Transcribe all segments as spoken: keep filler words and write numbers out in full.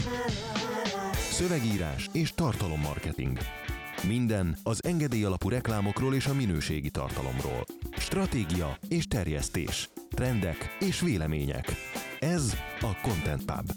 Szövegírás és tartalommarketing. Minden az engedély alapú reklámokról és a minőségi tartalomról. Stratégia és terjesztés. Trendek és vélemények. Ez a Content Pub.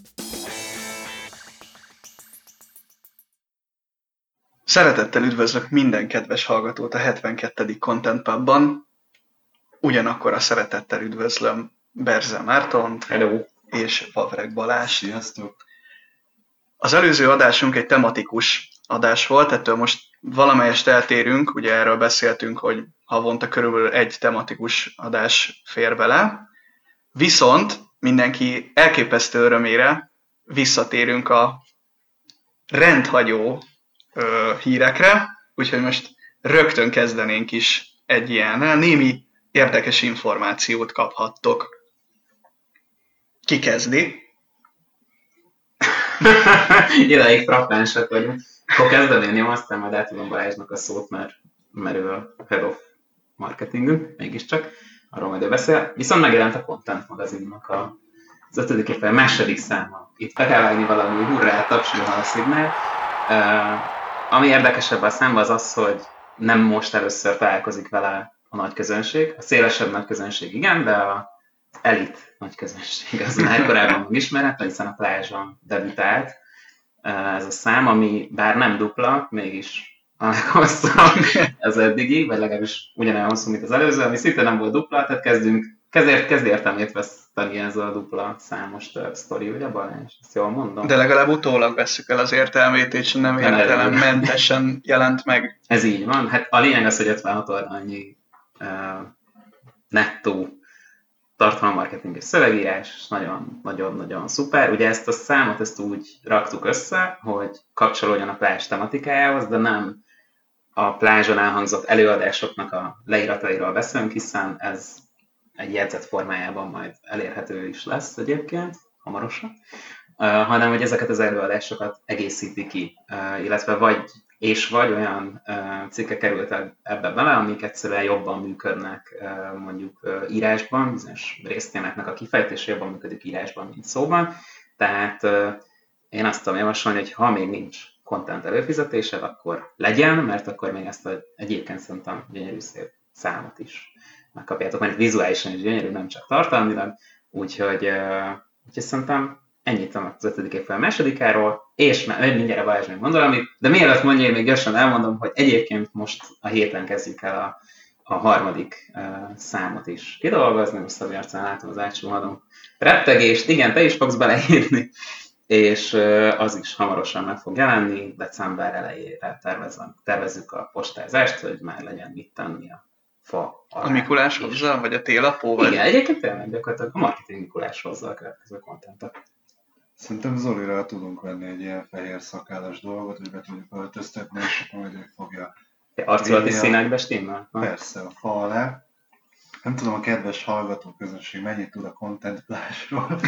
Szeretettel üdvözlök minden kedves hallgatót a hetvenkettedik Content Pubban. Ugyanakkor a szeretettel üdvözlöm Berze Mártont. Hello. És Vavreg Balázs. Sziasztok. Az előző adásunk egy tematikus adás volt, ettől most valamelyest eltérünk, ugye erről beszéltünk, hogy havonta körülbelül egy tematikus adás fér bele, viszont mindenki elképesztő örömére visszatérünk a rendhagyó ö, hírekre, úgyhogy most rögtön kezdenénk is egy ilyen, némi érdekes információt kaphattok. Ki kezdi? Idáig frappánsak vagyunk. Akkor kezdeném, jó, aztán majd átadom Balázsnak a szót, mert, mert ő a head of marketingünk, mégiscsak, arról majd ő beszél. Viszont megjelent a Content magazinnak a, az ötödik évvel második száma. Itt be kell vágni valami hurrá, tapsol a szignál. Uh, ami érdekesebb a számban az az, hogy nem most először találkozik vele a nagy közönség. A szélesebb nagy közönség igen, de a elit nagy közönség az már korábban megismerhető, hiszen a plázson debütált ez a szám, ami bár nem dupla, mégis a leghosszabb ez eddigig, vagy legalábbis ugyanolyan hosszú, mint az előző, ami szinte nem volt dupla, tehát kezdünk, kezd, kezd értelmét veszteni ez a dupla számos sztori, ugye Balázs? Ezt jól mondom? De legalább utólag vesszük el az értelmét, és nem értelemmentesen jelent meg. Ez így van. Hát a lényeg az, hogy ötvenhat oldalnyi uh, nettó tartalommarketing és szövegírás, nagyon-nagyon szuper. Ugye ezt a számot ezt úgy raktuk össze, hogy kapcsolódjon a plázs tematikájához, de nem a plázson elhangzott előadásoknak a leíratairól beszélünk, hiszen ez egy jegyzet formájában majd elérhető is lesz egyébként, hamarosan, uh, hanem hogy ezeket az előadásokat egészíti ki, uh, illetve vagy és vagy olyan uh, cikkek kerültek ebbe bele, amik egyszerűen jobban működnek uh, mondjuk uh, írásban, bizonyos résztémáknak a kifejtése jobban működik írásban, mint szóban. Tehát uh, én azt tudom javasolni, hogy ha még nincs content előfizetésed, akkor legyen, mert akkor még ezt a, egyébként szerintem gyönyörű szép számot is megkapjátok, mert vizuálisan is gyönyörű, nem csak tartalmilag, úgyhogy, uh, úgyhogy szerintem ennyit az ötödik évvel másodikáról, és már mindjárt Balázs még mond valamit, de mielőtt mondja, én még gyorsan elmondom, hogy egyébként most a héten kezdjük el a, a harmadik uh, számot is kidolgozni, most Szabi arcán látom az átsúmadom rettegést, igen, te is fogsz beleírni, és uh, az is hamarosan meg fog jelenni, december elejére tervezzük a postázást, hogy már legyen mit tenni a fa alá. A Mikulás hozzá, vagy a télapó? Vagy? Igen, egyébként tényleg gyakorlatilag a marketing Mikulás hozzá a következő kontentet. Szerintem Zolira tudunk venni egy ilyen fehér szakállas dolgot, hogy be tudjuk öltöztetni, és akkor majd ő fogja... Arculati színekbe stimmel? Persze, a fa alá. Nem tudom, a kedves hallgató közönség mennyit tud a contemplásról,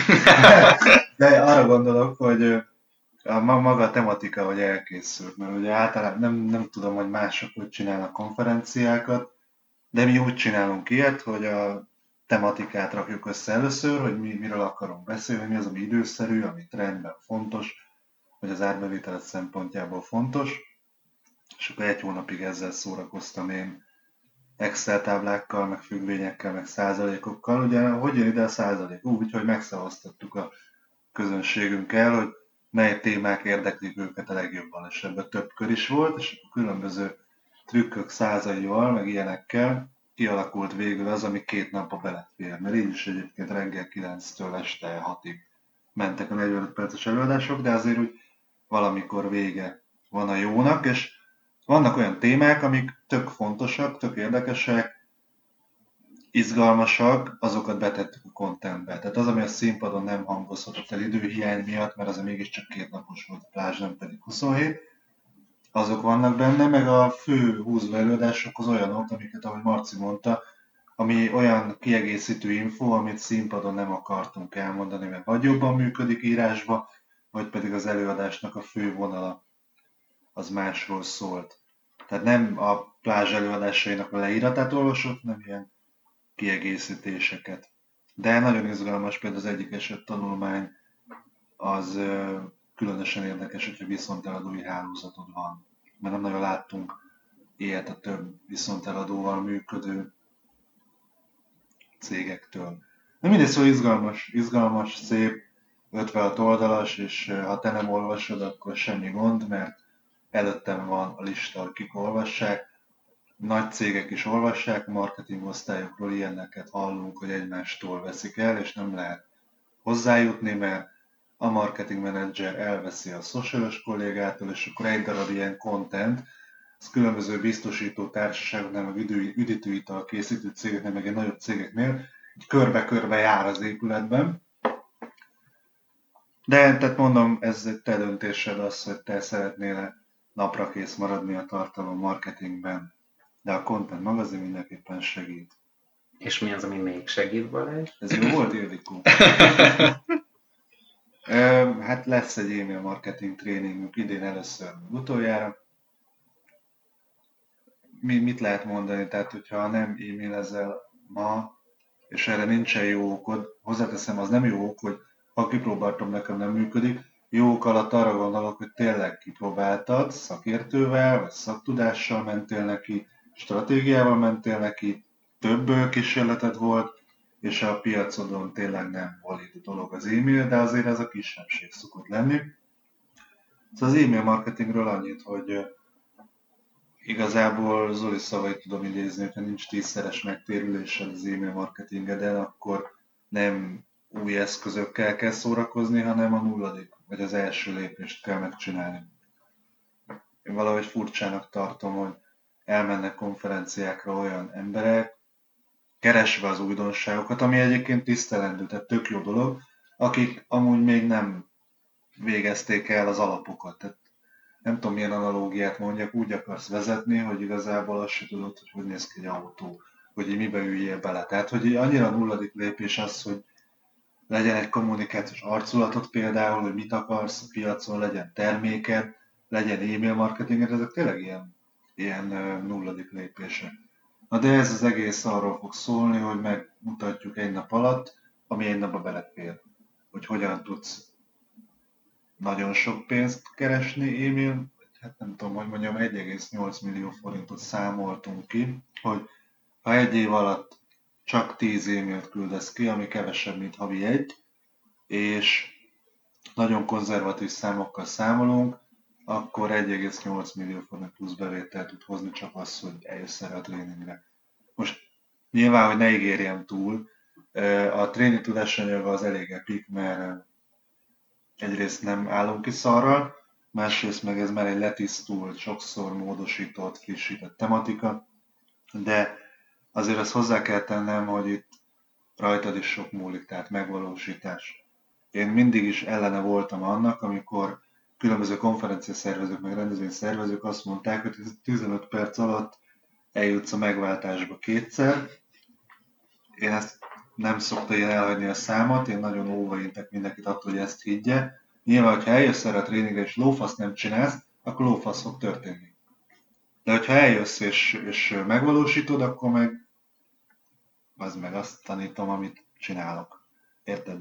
de arra gondolok, hogy a maga a tematika, hogy elkészült, mert ugye általában nem, nem tudom, hogy mások hogy csinálnak konferenciákat, de mi úgy csinálunk ilyet, hogy a tematikát rakjuk össze először, hogy mi, miről akarunk beszélni, mi az, ami időszerű, ami trendben fontos, vagy az árbevételet szempontjából fontos. És akkor egy hónapig ezzel szórakoztam én Excel táblákkal, meg függvényekkel, meg százalékokkal. Ugye hogy jön ide a százalék? Úgy, hogy megszavaztattuk a közönségünkkel, hogy mely témák érdeklik őket a legjobban, és ebben több kör is volt, és akkor különböző trükkök százaival, meg ilyenekkel kialakult végül az, ami két napba belefér. Mert így is egyébként reggel kilenctől este hatig mentek a negyvenöt perces előadások, de azért úgy valamikor vége van a jónak, és vannak olyan témák, amik tök fontosak, tök érdekesek, izgalmasak, azokat betettük a contentbe. Tehát az, ami a színpadon nem hangozhatott el időhiány miatt, mert az mégiscsak két napos volt a plázs, nem pedig huszonhét, azok vannak benne, meg a fő húzó előadások az olyanok, amiket, ahogy Marci mondta, ami olyan kiegészítő info, amit színpadon nem akartunk elmondani, mert vagy jobban működik írásba, vagy pedig az előadásnak a fő vonala az másról szólt. Tehát nem a plázs előadásainak a leíratát olvasott, hanem ilyen kiegészítéseket. De nagyon izgalmas, például az egyik eset tanulmány az különösen érdekes, hogyha viszonteladói hálózatod van. Mert nem nagyon láttunk ilyet a több viszonteladóval működő cégektől. De mindegy, szóval izgalmas, izgalmas, szép, ötvenhat oldalas, és ha te nem olvasod, akkor semmi gond, mert előttem van a lista, hogy kik olvassák. Nagy cégek is olvassák, marketing osztályokról ilyeneket hallunk, hogy egymástól veszik el, és nem lehet hozzájutni, mert a marketing menedzser elveszi a socialos kollégától, és akkor egy darab ilyen content, ez különböző biztosító társaságoknál, meg üdítőital készítő cégeknél, meg egy nagyobb cégeknél, így körbe-körbe jár az épületben. De, tehát mondom, ez egy te döntésed az, hogy te szeretnél napra kész maradni a tartalom marketingben, de a Content magazin mindenképpen segít. És mi az, ami még segít, Balázs? Ez jó volt, Ildikó? Hát lesz egy e-mail marketing tréningünk idén először utoljára. Mi, mit lehet mondani? Tehát, hogyha nem e-mailezel ma, és erre nincsen jó okod, hozzáteszem, az nem jó ok, hogy ha kipróbáltam, nekem nem működik. Jó ok alatt arra gondolok, hogy tényleg kipróbáltad, szakértővel, vagy szaktudással mentél neki, stratégiával mentél neki, több kísérleted volt, és a piacodon tényleg nem valid dolog az e-mail, de azért ez a kisebbség szokott lenni. Szóval az e-mail marketingről annyit, hogy igazából Zoli szavait tudom idézni, hogyha nincs tízszeres megtérüléssel az e-mail marketingeden, akkor nem új eszközökkel kell szórakozni, hanem a nulladik, vagy az első lépést kell megcsinálni. Én valahogy furcsának tartom, hogy elmennek konferenciákra olyan emberek, keresve az újdonságokat, ami egyébként tisztelendő, tehát tök jó dolog, akik amúgy még nem végezték el az alapokat. Tehát nem tudom, milyen analógiát mondjak, úgy akarsz vezetni, hogy igazából azt se tudod, hogy hogy néz ki egy autó, hogy így mibe üljél bele. Tehát, hogy annyira nulladik lépés az, hogy legyen egy kommunikációs arculatot például, hogy mit akarsz a piacon, legyen terméked, legyen e-mail marketinged, ezek tényleg ilyen, ilyen nulladik lépések. Na de ez az egész arról fog szólni, hogy megmutatjuk egy nap alatt, ami egy napba belefér. Hogy hogyan tudsz nagyon sok pénzt keresni e-mail, hát nem tudom, hogy mondjam, egy egész nyolc millió forintot számoltunk ki, hogy ha egy év alatt csak tíz e-mailt küldesz ki, ami kevesebb, mint havi egy, és nagyon konzervatív számokkal számolunk, akkor egy egész nyolc millió forint plusz bevételt tud hozni csak az, hogy eljössz erre a tréningre. Most nyilván, hogy ne ígérjem túl, a tréning tudásanyaga az elég epik, mert egyrészt nem állunk ki szarral, másrészt meg ez már egy letisztult, sokszor módosított, frissített tematika, de azért azt hozzá kell tennem, hogy itt rajtad is sok múlik, tehát megvalósítás. Én mindig is ellene voltam annak, amikor különböző konferenciaszervezők, meg rendezvényszervezők azt mondták, hogy tizenöt perc alatt eljutsz a megváltásba kétszer. Én ezt nem szoktam ilyen elhagyni a számot, én nagyon óvaintek mindenkit attól, hogy ezt higgye. Nyilván, hogyha eljössz erre a tréningre és lófasz nem csinálsz, akkor lófasz fog történni. De hogyha eljössz és, és megvalósítod, akkor meg az meg azt tanítom, amit csinálok. Érted?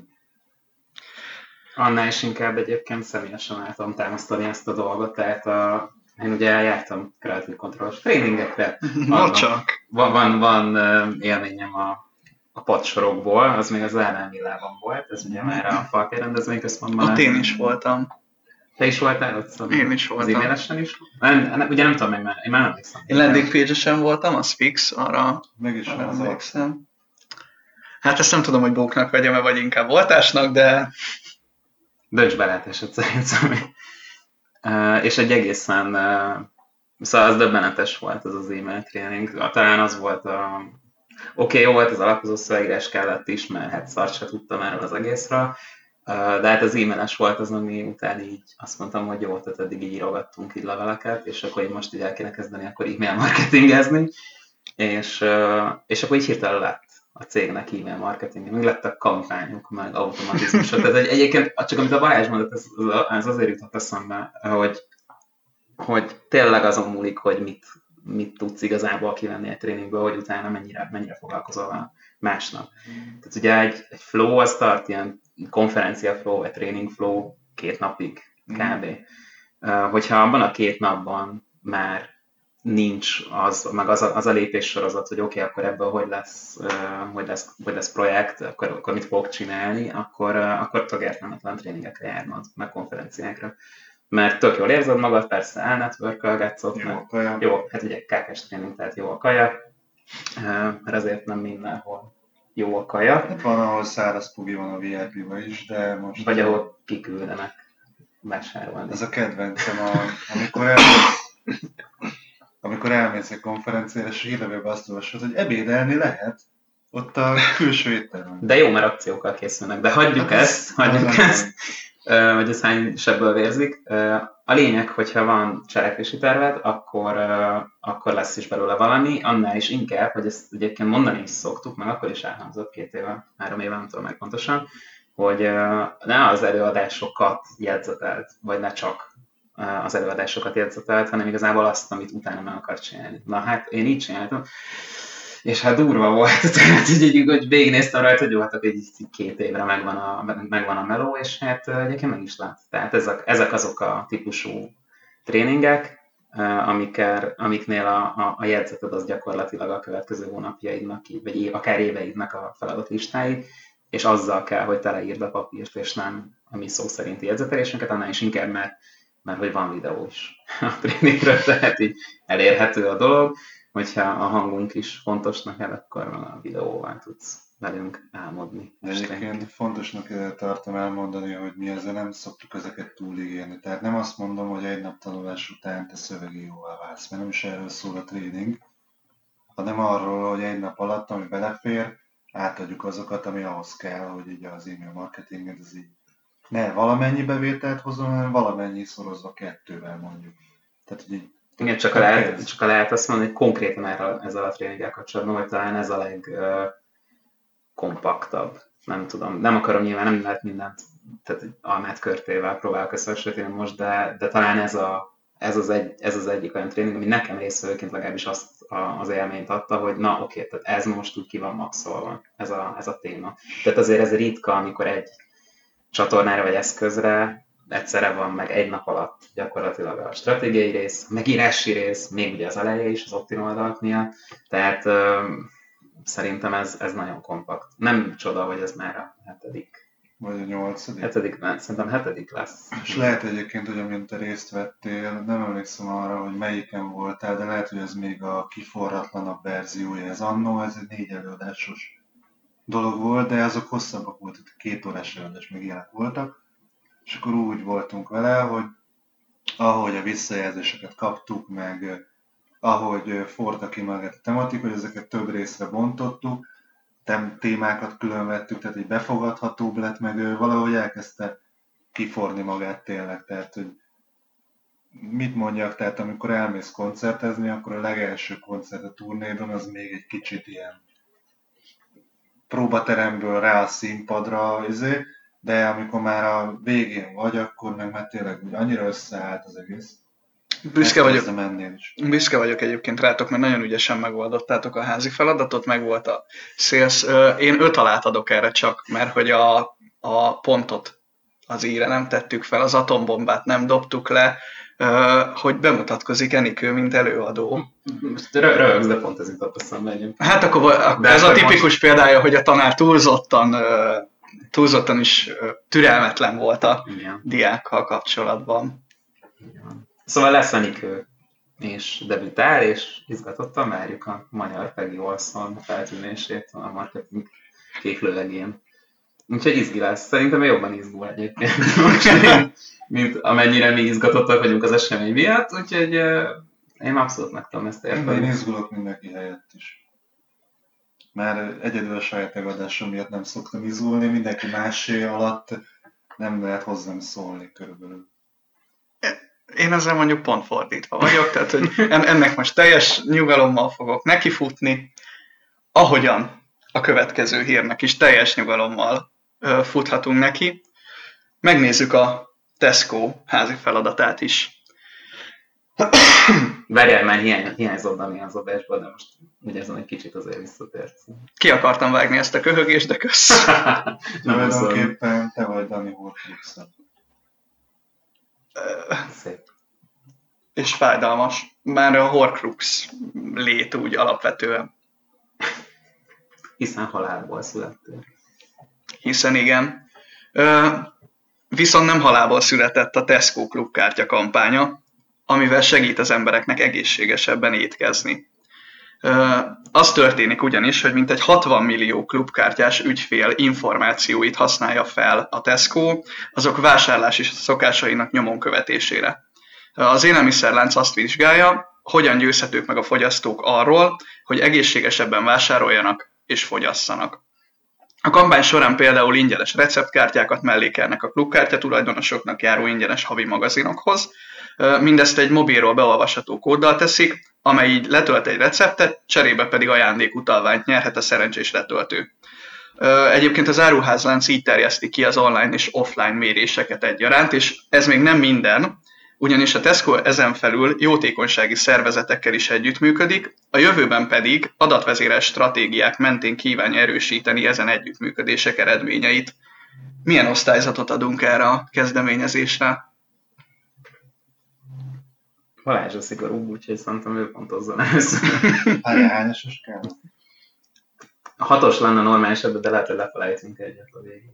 Annál is inkább egyébként személyesen el tudom támasztani ezt a dolgot, tehát a, én ugye eljártam kreatív kontrollos tréningekre. No csak! Van, van, van élményem a, a padsorokból, az még az Ádám villában volt, ez ugye már a Falkai rendezvényközpontban. Ott én is voltam. Te is voltál ott? Szóval én is voltam. Az e-mailesen is? Nem, nem, ugye nem tudom meg már, én már nem emlékszem. Én landing page-esen voltam, az fix, arra meg is arra az emlékszem. Hát ezt nem tudom, hogy bóknak vegyem-e, vagy inkább voltásnak, de... Dönts belátásod szerint, szóval. Uh, és egy egészen, uh, szóval az döbbenetes volt az az e-mail tréning. Talán az volt a... Oké, okay, jó volt az alapozó szövegírás kellett is, mert hát szart se tudtam erről az egészről. Uh, de hát az e-mailes volt az, ami után így azt mondtam, hogy jó, tehát eddig így írogattunk így leveleket, és akkor így most így el kéne kezdeni akkor e-mail marketingezni. És, uh, és akkor így hirtelen lett a cégnek e-mail marketing, meg lettek kampányok, meg automatizmusok. Tehát egy, egyébként csak amit a Balázs mondott, ez, ez azért jutott eszembe, hogy, hogy tényleg azon múlik, hogy mit, mit tudsz igazából kivenni egy tréningből, hogy utána mennyire, mennyire foglalkozol a másnak. Tehát ugye egy, egy flow az tart, ilyen konferencia flow, vagy training flow két napig kb. Uh, hogyha abban a két napban már nincs az, meg az a, az a lépéssorozat, hogy oké, okay, akkor ebből hogy lesz, uh, hogy lesz, hogy lesz projekt, akkor, akkor mit fogok csinálni, akkor, uh, akkor tök értelmetlen tréningekre járnod, meg konferenciákra. Mert tök jól érzed magad, persze elnetworkölgetsz ott, Jó meg, a kaja. jó, hát ugye ká ká es tréning, tehát jó a kaja, uh, mert azért nem mindenhol jó a kaja. Hát van, ahol száraz pugi van a vé i pé-ba is, de most... Vagy ahol kiküldenek vásárolni. Ez a kedvencem, a, amikor, elmész, amikor elmész egy konferenciára, és hírlevélbe azt olvasod, hogy ebédelni lehet ott a külső étteremben. De jó, mert akciókkal készülnek. De hagyjuk hát ezt, hagyjuk ezt, hogy ez hány sebből vérzik. A lényeg, hogyha van cselekvési terved, akkor, akkor lesz is belőle valami, annál is inkább, hogy ezt egyébként mondani is szoktuk, meg akkor is elhangzott két éve, három éve, nem tudom meg pontosan, hogy ne az előadásokat jegyzetelt, vagy ne csak az előadásokat jegyzetelt, hanem igazából azt, amit utána meg akar csinálni. Na hát én így csináltam, és hát durva volt, tehát így, hogy végignéztem rajta, hogy jó, hát egy két évre megvan a, megvan a meló, és hát egyébként meg is lát. Tehát ezek, ezek azok a típusú tréningek, amiker, amiknél a, a, a jegyzeted az gyakorlatilag a következő hónapjaidnak, vagy akár éveidnek a feladatlistáid, és azzal kell, hogy teleírd a papírt, és nem a mi szó szerinti jegyzetelésünket, annál is inkább, mert, mert hogy van videó is a tréningről, tehát így elérhető a dolog, hogyha a hangunk is fontos neked, akkor a videóval tudsz velünk álmodni. Egyébként fontosnak tartom elmondani, hogy mi ezzel nem szoktuk ezeket túligérni. Tehát nem azt mondom, hogy egy nap tanulás után te szövegi jóvá válsz, mert nem is erről szól a tréning, hanem arról, hogy egy nap alatt, ami belefér, átadjuk azokat, ami ahhoz kell, hogy így az e-mail marketinget, ez így ne valamennyi bevételt hozzon, hanem valamennyi szorozva kettővel mondjuk. Tehát, hogy így igen, csak lehet, csak lehet azt mondani, hogy konkrétan erre, ezzel a tréninggel kapcsolatban, hogy talán ez a legkompaktabb. Uh, nem tudom, nem akarom nyilván, nem lehet mindent, tehát almát körtével próbálok összehasonlítani most, de, de talán ez, a, ez, az egy, ez az egyik olyan tréning, ami nekem részvevőként legalábbis azt a, az élményt adta, hogy na oké, tehát ez most úgy ki van maxolva, ez a, ez a téma. Tehát azért ez ritka, amikor egy csatornára vagy eszközre egyszerre van meg egy nap alatt gyakorlatilag a stratégiai rész, a megírási rész, még ugye az eleje is az opt-in oldalak miatt, tehát um, szerintem ez, ez nagyon kompakt. Nem csoda, hogy ez már a hetedik. Vagy a nyolcadik. Hetedik, szerintem hetedik lesz. És lehet egyébként, hogy amint te részt vettél, nem emlékszem arra, hogy melyiken voltál, de lehet, hogy ez még a kiforratlanabb verziója. Ez annó, ez egy négy előadásos dolog volt, de azok hosszabbak voltak, két órás előadás meg ilyenek voltak. És akkor úgy voltunk vele, hogy ahogy a visszajelzéseket kaptuk, meg ahogy forta ki magát a tematika, hogy ezeket több részre bontottuk, témákat külön vettük, tehát így befogadhatóbb lett, meg valahogy elkezdte kiforni magát tényleg. Tehát, hogy mit mondjak, tehát amikor elmész koncertezni, akkor a legelső koncert a turnédon az még egy kicsit ilyen próbateremből rá a színpadra, izé, de amikor már a végén vagy, akkor meg már tényleg úgy annyira összeállt az egész. Büszke vagyok, büszke vagyok egyébként rátok, mert nagyon ügyesen megoldottátok a házi feladatot, meg volt a sales. Én öt alát adok erre csak, mert hogy a, a pontot az íre nem tettük fel, az atombombát nem dobtuk le, hogy bemutatkozik Enikő, mint előadó. Rögz, de pont ez jutott eszembe egyébként. Hát akkor ez a tipikus most... példája, hogy a tanár túlzottan túlzottan is türelmetlen volt a igen. diákkal kapcsolatban. Igen. Szóval lesz Enikő, és debütál, és izgatottan várjuk a magyar Peggy Olson feltűnését a marketing kéklőlegén. Úgyhogy izgi lesz. Szerintem jobban izgul egyébként, mint, mint amennyire mi izgatottak vagyunk az esemény miatt, úgyhogy én abszolút meg tudom ezt érteni. Én izgulok mindenki helyett is. Már egyedül a saját megadásom miatt nem szoktam izgulni, mindenki másé alatt nem lehet hozzám szólni körülbelül. Én ezzel mondjuk pont fordítva vagyok, tehát hogy ennek most teljes nyugalommal fogok nekifutni, ahogyan a következő hírnek is teljes nyugalommal futhatunk neki. Megnézzük a Tesco házi feladatát is. Várjál, már hiány, hiányzott Dani az adásból, de most úgy érzem, egy kicsit azért visszatért. Ki akartam vágni ezt a köhögést, de kösz. Tulajdonképpen te vagy Dani Horcruxa. Szép. És fájdalmas. Már a Horcrux lét úgy alapvetően. Hiszen halálból születtél. Hiszen igen. Ö, viszont nem halálból született a Tesco klubkártya kampánya, amivel segít az embereknek egészségesebben étkezni. Ö, az történik ugyanis, hogy mintegy hatvan millió klubkártyás ügyfél információit használja fel a Tesco azok vásárlási szokásainak nyomon követésére. Az élelmiszerlánc azt vizsgálja, hogyan győzhetők meg a fogyasztók arról, hogy egészségesebben vásároljanak és fogyasszanak. A kampány során például ingyenes receptkártyákat mellékelnek a klubkártya tulajdonosoknak járó ingyenes havi magazinokhoz. Mindezt egy mobilról beolvasható kóddal teszik, amely így letölt egy receptet, cserébe pedig ajándékutalványt nyerhet a szerencsés letöltő. Egyébként az áruházlánc így terjeszti ki az online és offline méréseket egyaránt, és ez még nem minden, ugyanis a Tesco ezen felül jótékonysági szervezetekkel is együttműködik, a jövőben pedig adatvezérelt stratégiák mentén kívánja erősíteni ezen együttműködések eredményeit. Milyen osztályzatot adunk erre a kezdeményezésre? Balázs a szigorúbb, úgyhogy szerintem ő pontozzon először. Hányos kell? A hatos lenne normál esetben, de lehet, hogy lefelejtünk egyet a végén.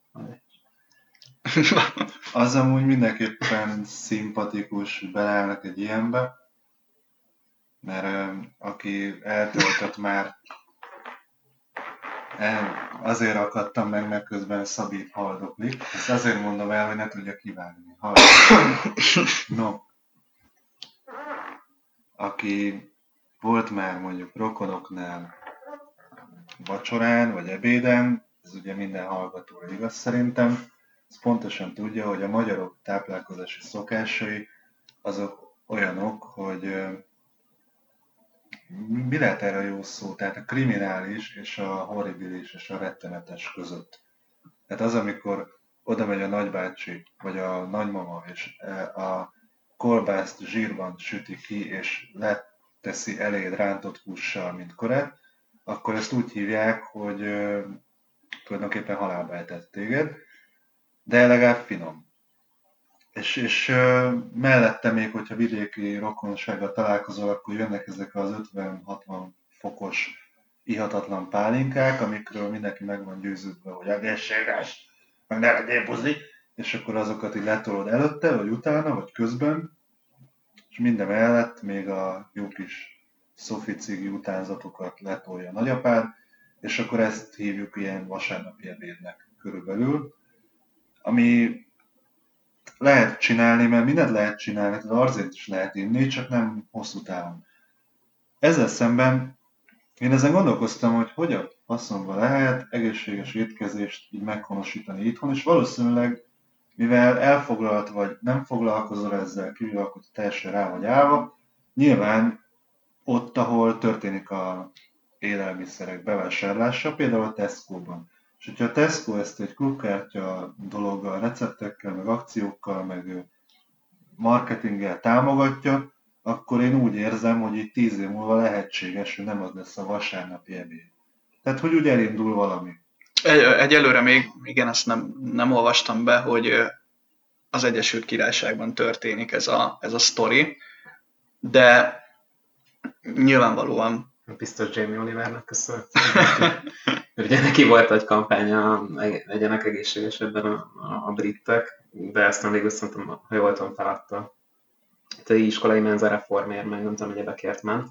Az amúgy mindenképpen szimpatikus, beleállnak egy ilyenbe, mert ö, aki eltöltött már, el, azért akadtam meg, mert közben Szabit haldoklik. Ezt azért mondom el, hogy ne tudja kivágni. No. Aki volt már mondjuk rokonoknál vacsorán vagy ebéden, ez ugye minden hallgatóra igaz szerintem, az pontosan tudja, hogy a magyarok táplálkozási szokásai azok olyanok, hogy mi lehet erre jó szó, tehát a kriminális és a horribilis és a rettenetes között. Tehát az, amikor oda megy a nagybácsi vagy a nagymama és a kolbászt zsírban süti ki és leteszi eléd rántott hússal, mint korát, akkor ezt úgy hívják, hogy ö, tulajdonképpen halálba ejtett téged, de legalább finom. És, és ö, mellette még, hogyha vidéki rokonsággal találkozol, akkor jönnek ezek az ötven-hatvan fokos ihatatlan pálinkák, amikről mindenki meg van győződve, hogy egészséges, meg ne legyél buzi, és akkor azokat így letolod előtte, vagy utána, vagy közben, és minden mellett még a jó kis szoficigi utánzatokat letolja a nagyapád, és akkor ezt hívjuk ilyen vasárnapi ebédnek körülbelül, ami lehet csinálni, mert mindent lehet csinálni, az arzét is lehet inni, csak nem hosszú távon. Ezzel szemben én ezen gondolkoztam, hogy hogyan faszomba lehet egészséges étkezést így meghonosítani itthon, és valószínűleg, mivel elfoglalt vagy nem foglalkozol ezzel, kívül akkor teljesen rá vagy állva, nyilván ott, ahol történik a élelmiszerek bevásárlása, például a Tesco-ban. És hogyha a Tesco ezt egy klubkártya dologgal, receptekkel, meg akciókkal, meg marketinggel támogatja, akkor én úgy érzem, hogy itt tíz év múlva lehetséges, hogy nem az lesz a vasárnapi ebéd. Tehát, hogy úgy elindul valami. Egy, egyelőre még, igen, ezt nem, nem olvastam be, hogy az Egyesült Királyságban történik ez a, ez a sztori, de nyilvánvalóan. Biztos Jamie Olivernek köszönhetően. Ugye neki volt egy kampánya, legyenek egészségesebben a, a, a britek, de ezt nem végül szerintem, ha jól tudom, feladta. Itt a iskolai menzareformért, meg nem tudom, hogy ebbe kért ment.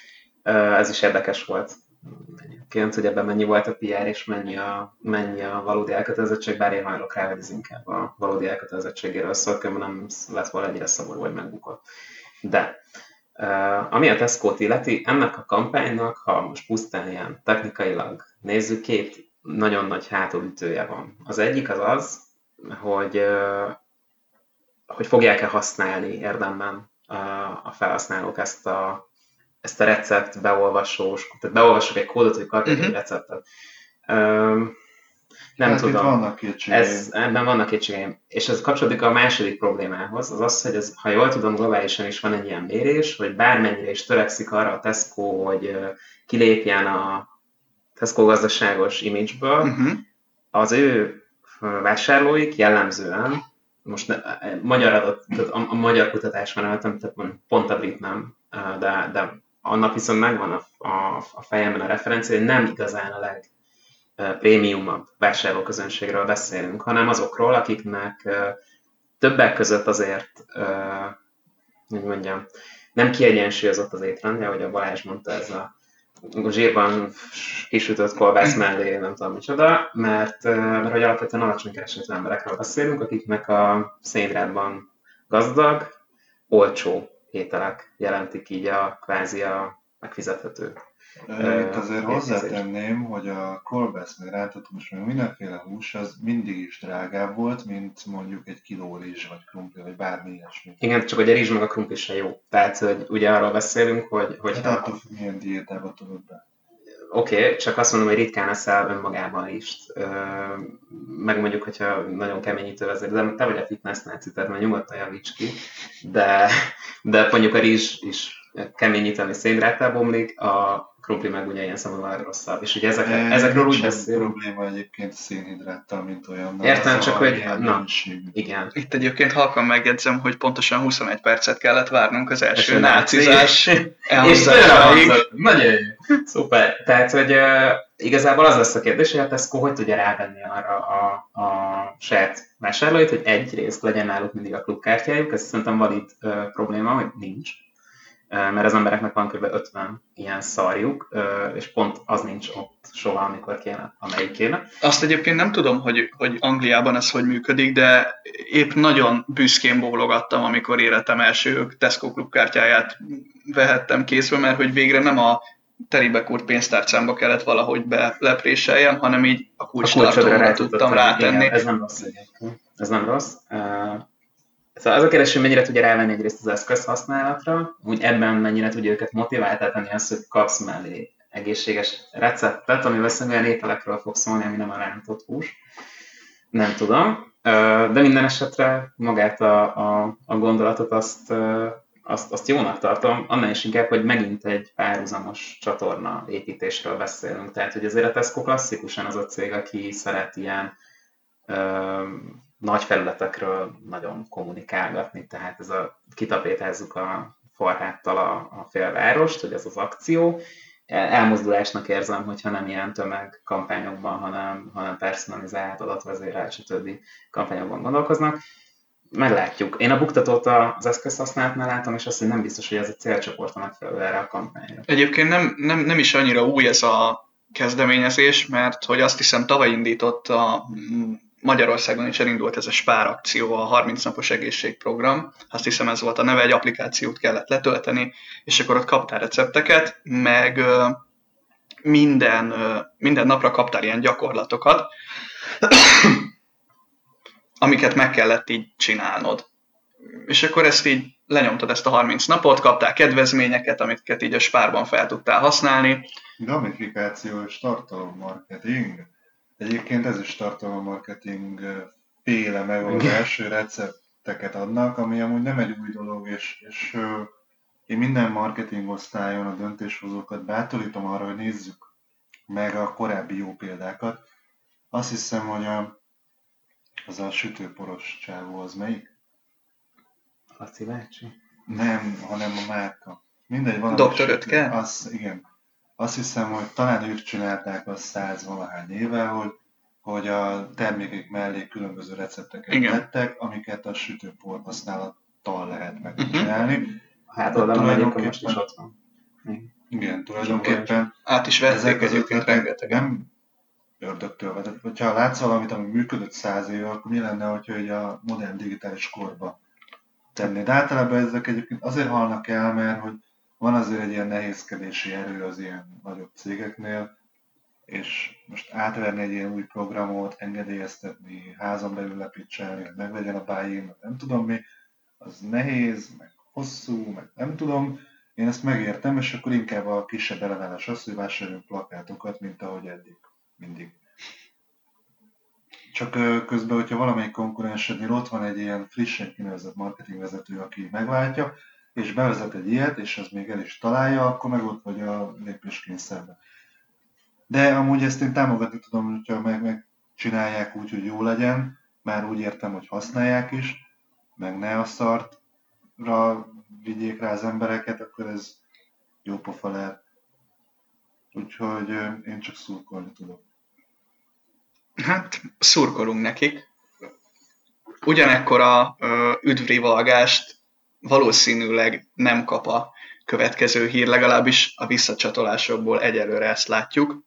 Ez is érdekes volt. Egyébként, hogy ebben mennyi volt a pé er és mennyi a, mennyi a valódi elkötelezettség, bár én hajlok rá, hogy ez inkább a valódi elkötelezettségéről szólt, mert nem lett volna ennyire szomorú, hogy megbukott. De Uh, ami a Tesco-t illeti, ennek a kampánynak, ha most pusztán ilyen technikailag nézzük, két nagyon nagy hátulütője van. Az egyik az az, hogy, uh, hogy fogják-e használni érdemben uh, a felhasználók ezt a, ezt a recept beolvasós, tehát beolvasok egy kódot, hogy kapják uh-huh. egy receptet. Uh, Nem hát tudom, vannak kétségeim. Ez, ebben vannak kétségeim. És ez kapcsolódik a második problémához, az az, hogy ez, ha jól tudom, globálisan is van egy ilyen mérés, hogy bármennyire is törekszik arra a Tesco, hogy kilépjen a Tesco gazdaságos image-ből, uh-huh. az ő vásárlóik jellemzően most ne, magyar adat, tehát a, a magyar kutatás már nem, tehát pont a brit nem, de, de annak viszont megvan a, a, a fejemben a referencia, hogy nem igazán a legprémiumabb vásárlóközönségről beszélünk, hanem azokról, akiknek többek között azért, hogy mondjam, nem kiegyensúlyozott az étrendje, ahogy a Balázs mondta, ez a zsírban kisütött kolbász mellé, nem tudom micsoda, mert, mert hogy alapvetően alacsony keresetű emberekről beszélünk, akiknek a szénhidrátban gazdag, olcsó ételek jelentik így a kvázi a megfizethető. Itt azért hozzátenném, hogy a kolbász meg rántatós, meg mindenféle hús az mindig is drágább volt, mint mondjuk egy kiló rizs, vagy krumpli, vagy bármi ilyesmi. Igen, csak hogy a rizs meg a krumpli se jó. Tehát, hogy ugye arról beszélünk, hogy... hogy hát attól függ, milyen diétába tudod be. Oké, okay, csak azt mondom, hogy ritkán eszel önmagában rizst. Meg mondjuk, hogyha nagyon keményítő vezér, de te vagy a fitness náci, tehát már nyugodtan javíts ki, de, de mondjuk a rizs is keményíteni szénhidráttá bomlik, a krumpli meg ugye ilyen szemben rosszabb. És ugye ezek, e, ezekről úgy beszélünk. Probléma egyébként szénhidráttal, mint olyan. Értem, csak hogy... Na, igen. Itt egyébként halkan megjegyzem, hogy pontosan huszonegy percet kellett várnunk az első és nácizás elhangzásáig. Nagyon jó. Szuper. Tehát, hogy uh, igazából az lesz a kérdés, hogy a Tesco hogy tudja rávenni arra a, a saját vásárlóit, hogy egyrészt legyen náluk mindig a klubkártyájuk, ez szerintem valid uh, probléma, hogy nincs. Mert az embereknek van kb. ötven ilyen szarjuk, és pont az nincs ott soha, amikor kéne, amelyik kéne. Azt egyébként nem tudom, hogy, hogy Angliában ez hogy működik, de épp nagyon büszkén bólogattam, amikor életem első Tesco klubkártyáját vehettem kézbe, mert hogy végre nem a telibe kúrt pénztárcámba kellett valahogy belepréseljem, hanem így a kulcstartóra tudtam rátenni. Igen, ez nem rossz egyébként. Ez nem rossz. Szóval az a kérdés, hogy mennyire tudja rávenni egyrészt az eszköz használatra, úgy ebben mennyire tudja őket motiváltatni azt, hogy kapsz mellé egészséges receptet, ami valószínűleg olyan ételekről fog szólni, ami nem a rántott hús. Nem tudom. De minden esetre magát a, a, a gondolatot azt, azt, azt jónak tartom, annál is inkább, hogy megint egy párhuzamos csatorna építésről beszélünk. Tehát, hogy azért a Tesco klasszikusan az a cég, aki szeret ilyen nagy felületekről nagyon kommunikálgatni, tehát ez a kitapétázzuk a forráttal a, a félvárost, hogy ez az akció. Elmozdulásnak érzem, hogyha nem ilyen tömegkampányokban, hanem, hanem personalizált, adatvezérelt, stb. Kampányokban gondolkoznak. Meglátjuk. Én a buktatót az eszközhasználatnál látom, és azt, hogy nem biztos, hogy ez a célcsoport a megfelelő erre a kampányra. Egyébként nem, nem, nem is annyira új ez a kezdeményezés, mert hogy azt hiszem tavaly indított a Magyarországon is elindult ez a Spár akció, a harminc napos egészségprogram. Azt hiszem ez volt a neve, egy applikációt kellett letölteni, és akkor ott kaptál recepteket, meg minden, minden napra kaptál ilyen gyakorlatokat, amiket meg kellett így csinálnod. És akkor ezt így lenyomtad ezt a harminc napot, kaptál kedvezményeket, amiket így a Spárban fel tudtál használni. Gamifikáció és tartalommarketing. Egyébként ez is tartalommarketing féle megoldás, recepteket adnak, ami amúgy nem egy új dolog, és, és uh, én minden marketing osztályon a döntéshozókat bátorítom arra, hogy nézzük meg a korábbi jó példákat. Azt hiszem, hogy a, az a sütőporos csávó az melyik? Laci bácsi? Nem, hanem a márka. Mindegy, valami doktor Ötke? Az, igen. Azt hiszem, hogy talán ők csinálták azt száz valahány éve, hogy, hogy a termékek mellé különböző recepteket igen. tettek, amiket a sütőpor használattal lehet megcsinálni. Uh-huh. Hát oldalon egyébként most is ott van. Igen, tulajdonképpen át is vették egyébként rengetegen. Nem ördögtől vetett. Hogyha látsz valamit, ami működött száz éve, akkor mi lenne, hogyha hogy a modern digitális korba tenni. De általában ezek egyébként azért halnak el, mert hogy van azért egy ilyen nehézkedési erő az ilyen nagyobb cégeknél, és most átverni egy ilyen új programot, engedélyeztetni, házon belül lepítselni, hogy meglegyen a buy-in, meg nem tudom mi, az nehéz, meg hosszú, meg nem tudom. Én ezt megértem, és akkor inkább a kisebb ellenállás az, hogy vásároljunk plakátokat, mint ahogy eddig, mindig. Csak közben, hogyha valamelyik konkurensednél ott van egy ilyen frissen kinevezett marketingvezető, aki megváltja, és bevezet egy ilyet, és az még el is találja, akkor meg ott vagy a lépéskényszerben. De amúgy ezt én támogatni tudom, hogyha meg, megcsinálják úgy, hogy jó legyen, már úgy értem, hogy használják is, meg ne a szartra vigyék rá az embereket, akkor ez jó pofa lehet. Úgyhogy én csak szurkolni tudok. Hát, szurkolunk nekik. Ugyanekkor a üdvrivalgást valószínűleg nem kap a következő hír, legalábbis a visszacsatolásokból egyelőre ezt látjuk.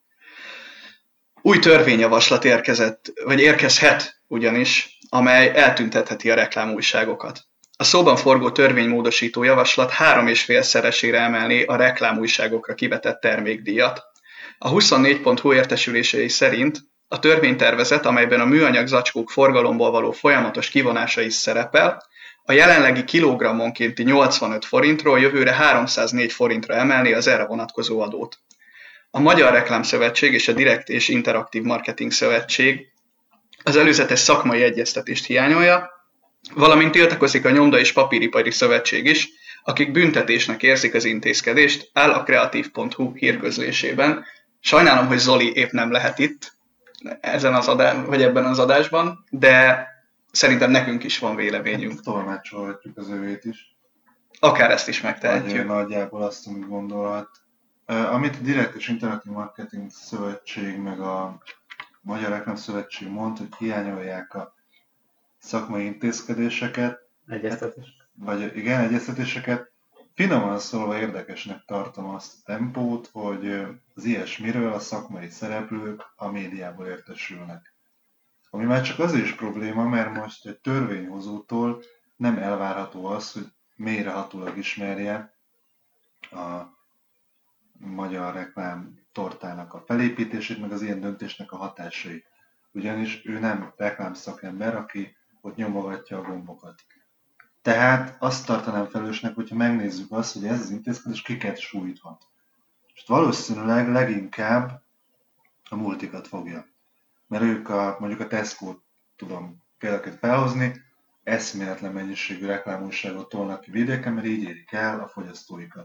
Új törvényjavaslat érkezett, vagy érkezhet ugyanis, amely eltüntetheti a reklámújságokat. A szóban forgó törvénymódosító javaslat három és félszeresére emelné a reklámújságokra kivetett termékdíjat. A huszonnégy pont hu értesülései szerint a törvénytervezet, amelyben a műanyag zacskók forgalomból való folyamatos kivonása is szerepel, a jelenlegi kilogrammonkénti nyolcvanöt forintról jövőre háromszáznégy forintra emelni az erre vonatkozó adót. A Magyar Reklámszövetség és a Direkt és Interaktív Marketing Szövetség az előzetes szakmai egyeztetést hiányolja, valamint tiltakozik a Nyomda és Papíripari Szövetség is, akik büntetésnek érzik az intézkedést, áll a kreatív pont hu hírközlésében. Sajnálom, hogy Zoli épp nem lehet itt ezen az adás, vagy ebben az adásban, de szerintem nekünk is van véleményünk. Tolmácsolhatjuk az övét is. Akár ezt is megtehetjük. Vagy nagyjából azt, amit gondolhat. Amit a Direkt és Interaktív Marketing Szövetség meg a Magyar Reklám Szövetség mond, hogy hiányolják a szakmai intézkedéseket. Egyeztetés. Vagy igen, egyeztetéseket. Finoman szólva érdekesnek tartom azt a tempót, hogy az ilyesmiről a szakmai szereplők a médiából értesülnek. Ami már csak azért is probléma, mert most egy törvényhozótól nem elvárható az, hogy mélyrehatólag ismerje a magyar reklám tortának a felépítését, meg az ilyen döntésnek a hatásait. Ugyanis ő nem reklámszakember, aki ott nyomogatja a gombokat. Tehát azt tartanám felelősnek, hogyha megnézzük azt, hogy ez az intézkedés kiket sújthat. Most valószínűleg leginkább a multikat fogja. Mert ők a, mondjuk a Tesco-t tudom példaként felhozni, eszméletlen mennyiségű reklámújságot tolnak ki vidéken, mert így érik el a fogyasztóikat.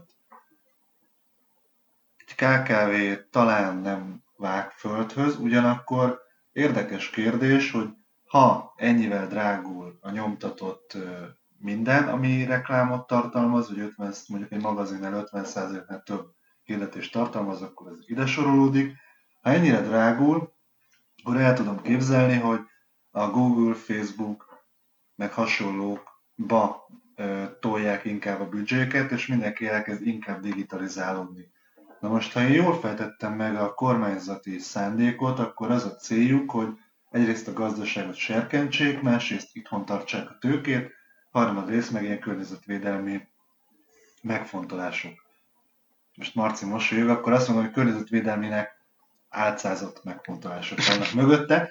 Egy ká ká vé talán nem vág földhöz, ugyanakkor érdekes kérdés, hogy ha ennyivel drágul a nyomtatott minden, ami reklámot tartalmaz, vagy ötven, mondjuk egy magazinnál ötven százaléknál több hirdetést tartalmaz, akkor ez ide sorolódik. Ha ennyire drágul, akkor el tudom képzelni, hogy a Google, Facebook, meg hasonlókba ö, tolják inkább a büdzséket, és mindenki elkezd inkább digitalizálódni. Na most, ha én jól fejtettem meg a kormányzati szándékot, akkor az a céljuk, hogy egyrészt a gazdaságot serkentsék, másrészt itthon tartsák a tőkét, harmadrészt meg ilyen környezetvédelmi megfontolások. Most Marci mosolyog, akkor azt mondom, hogy környezetvédelminek álcázott megfontolások vannak mögötte.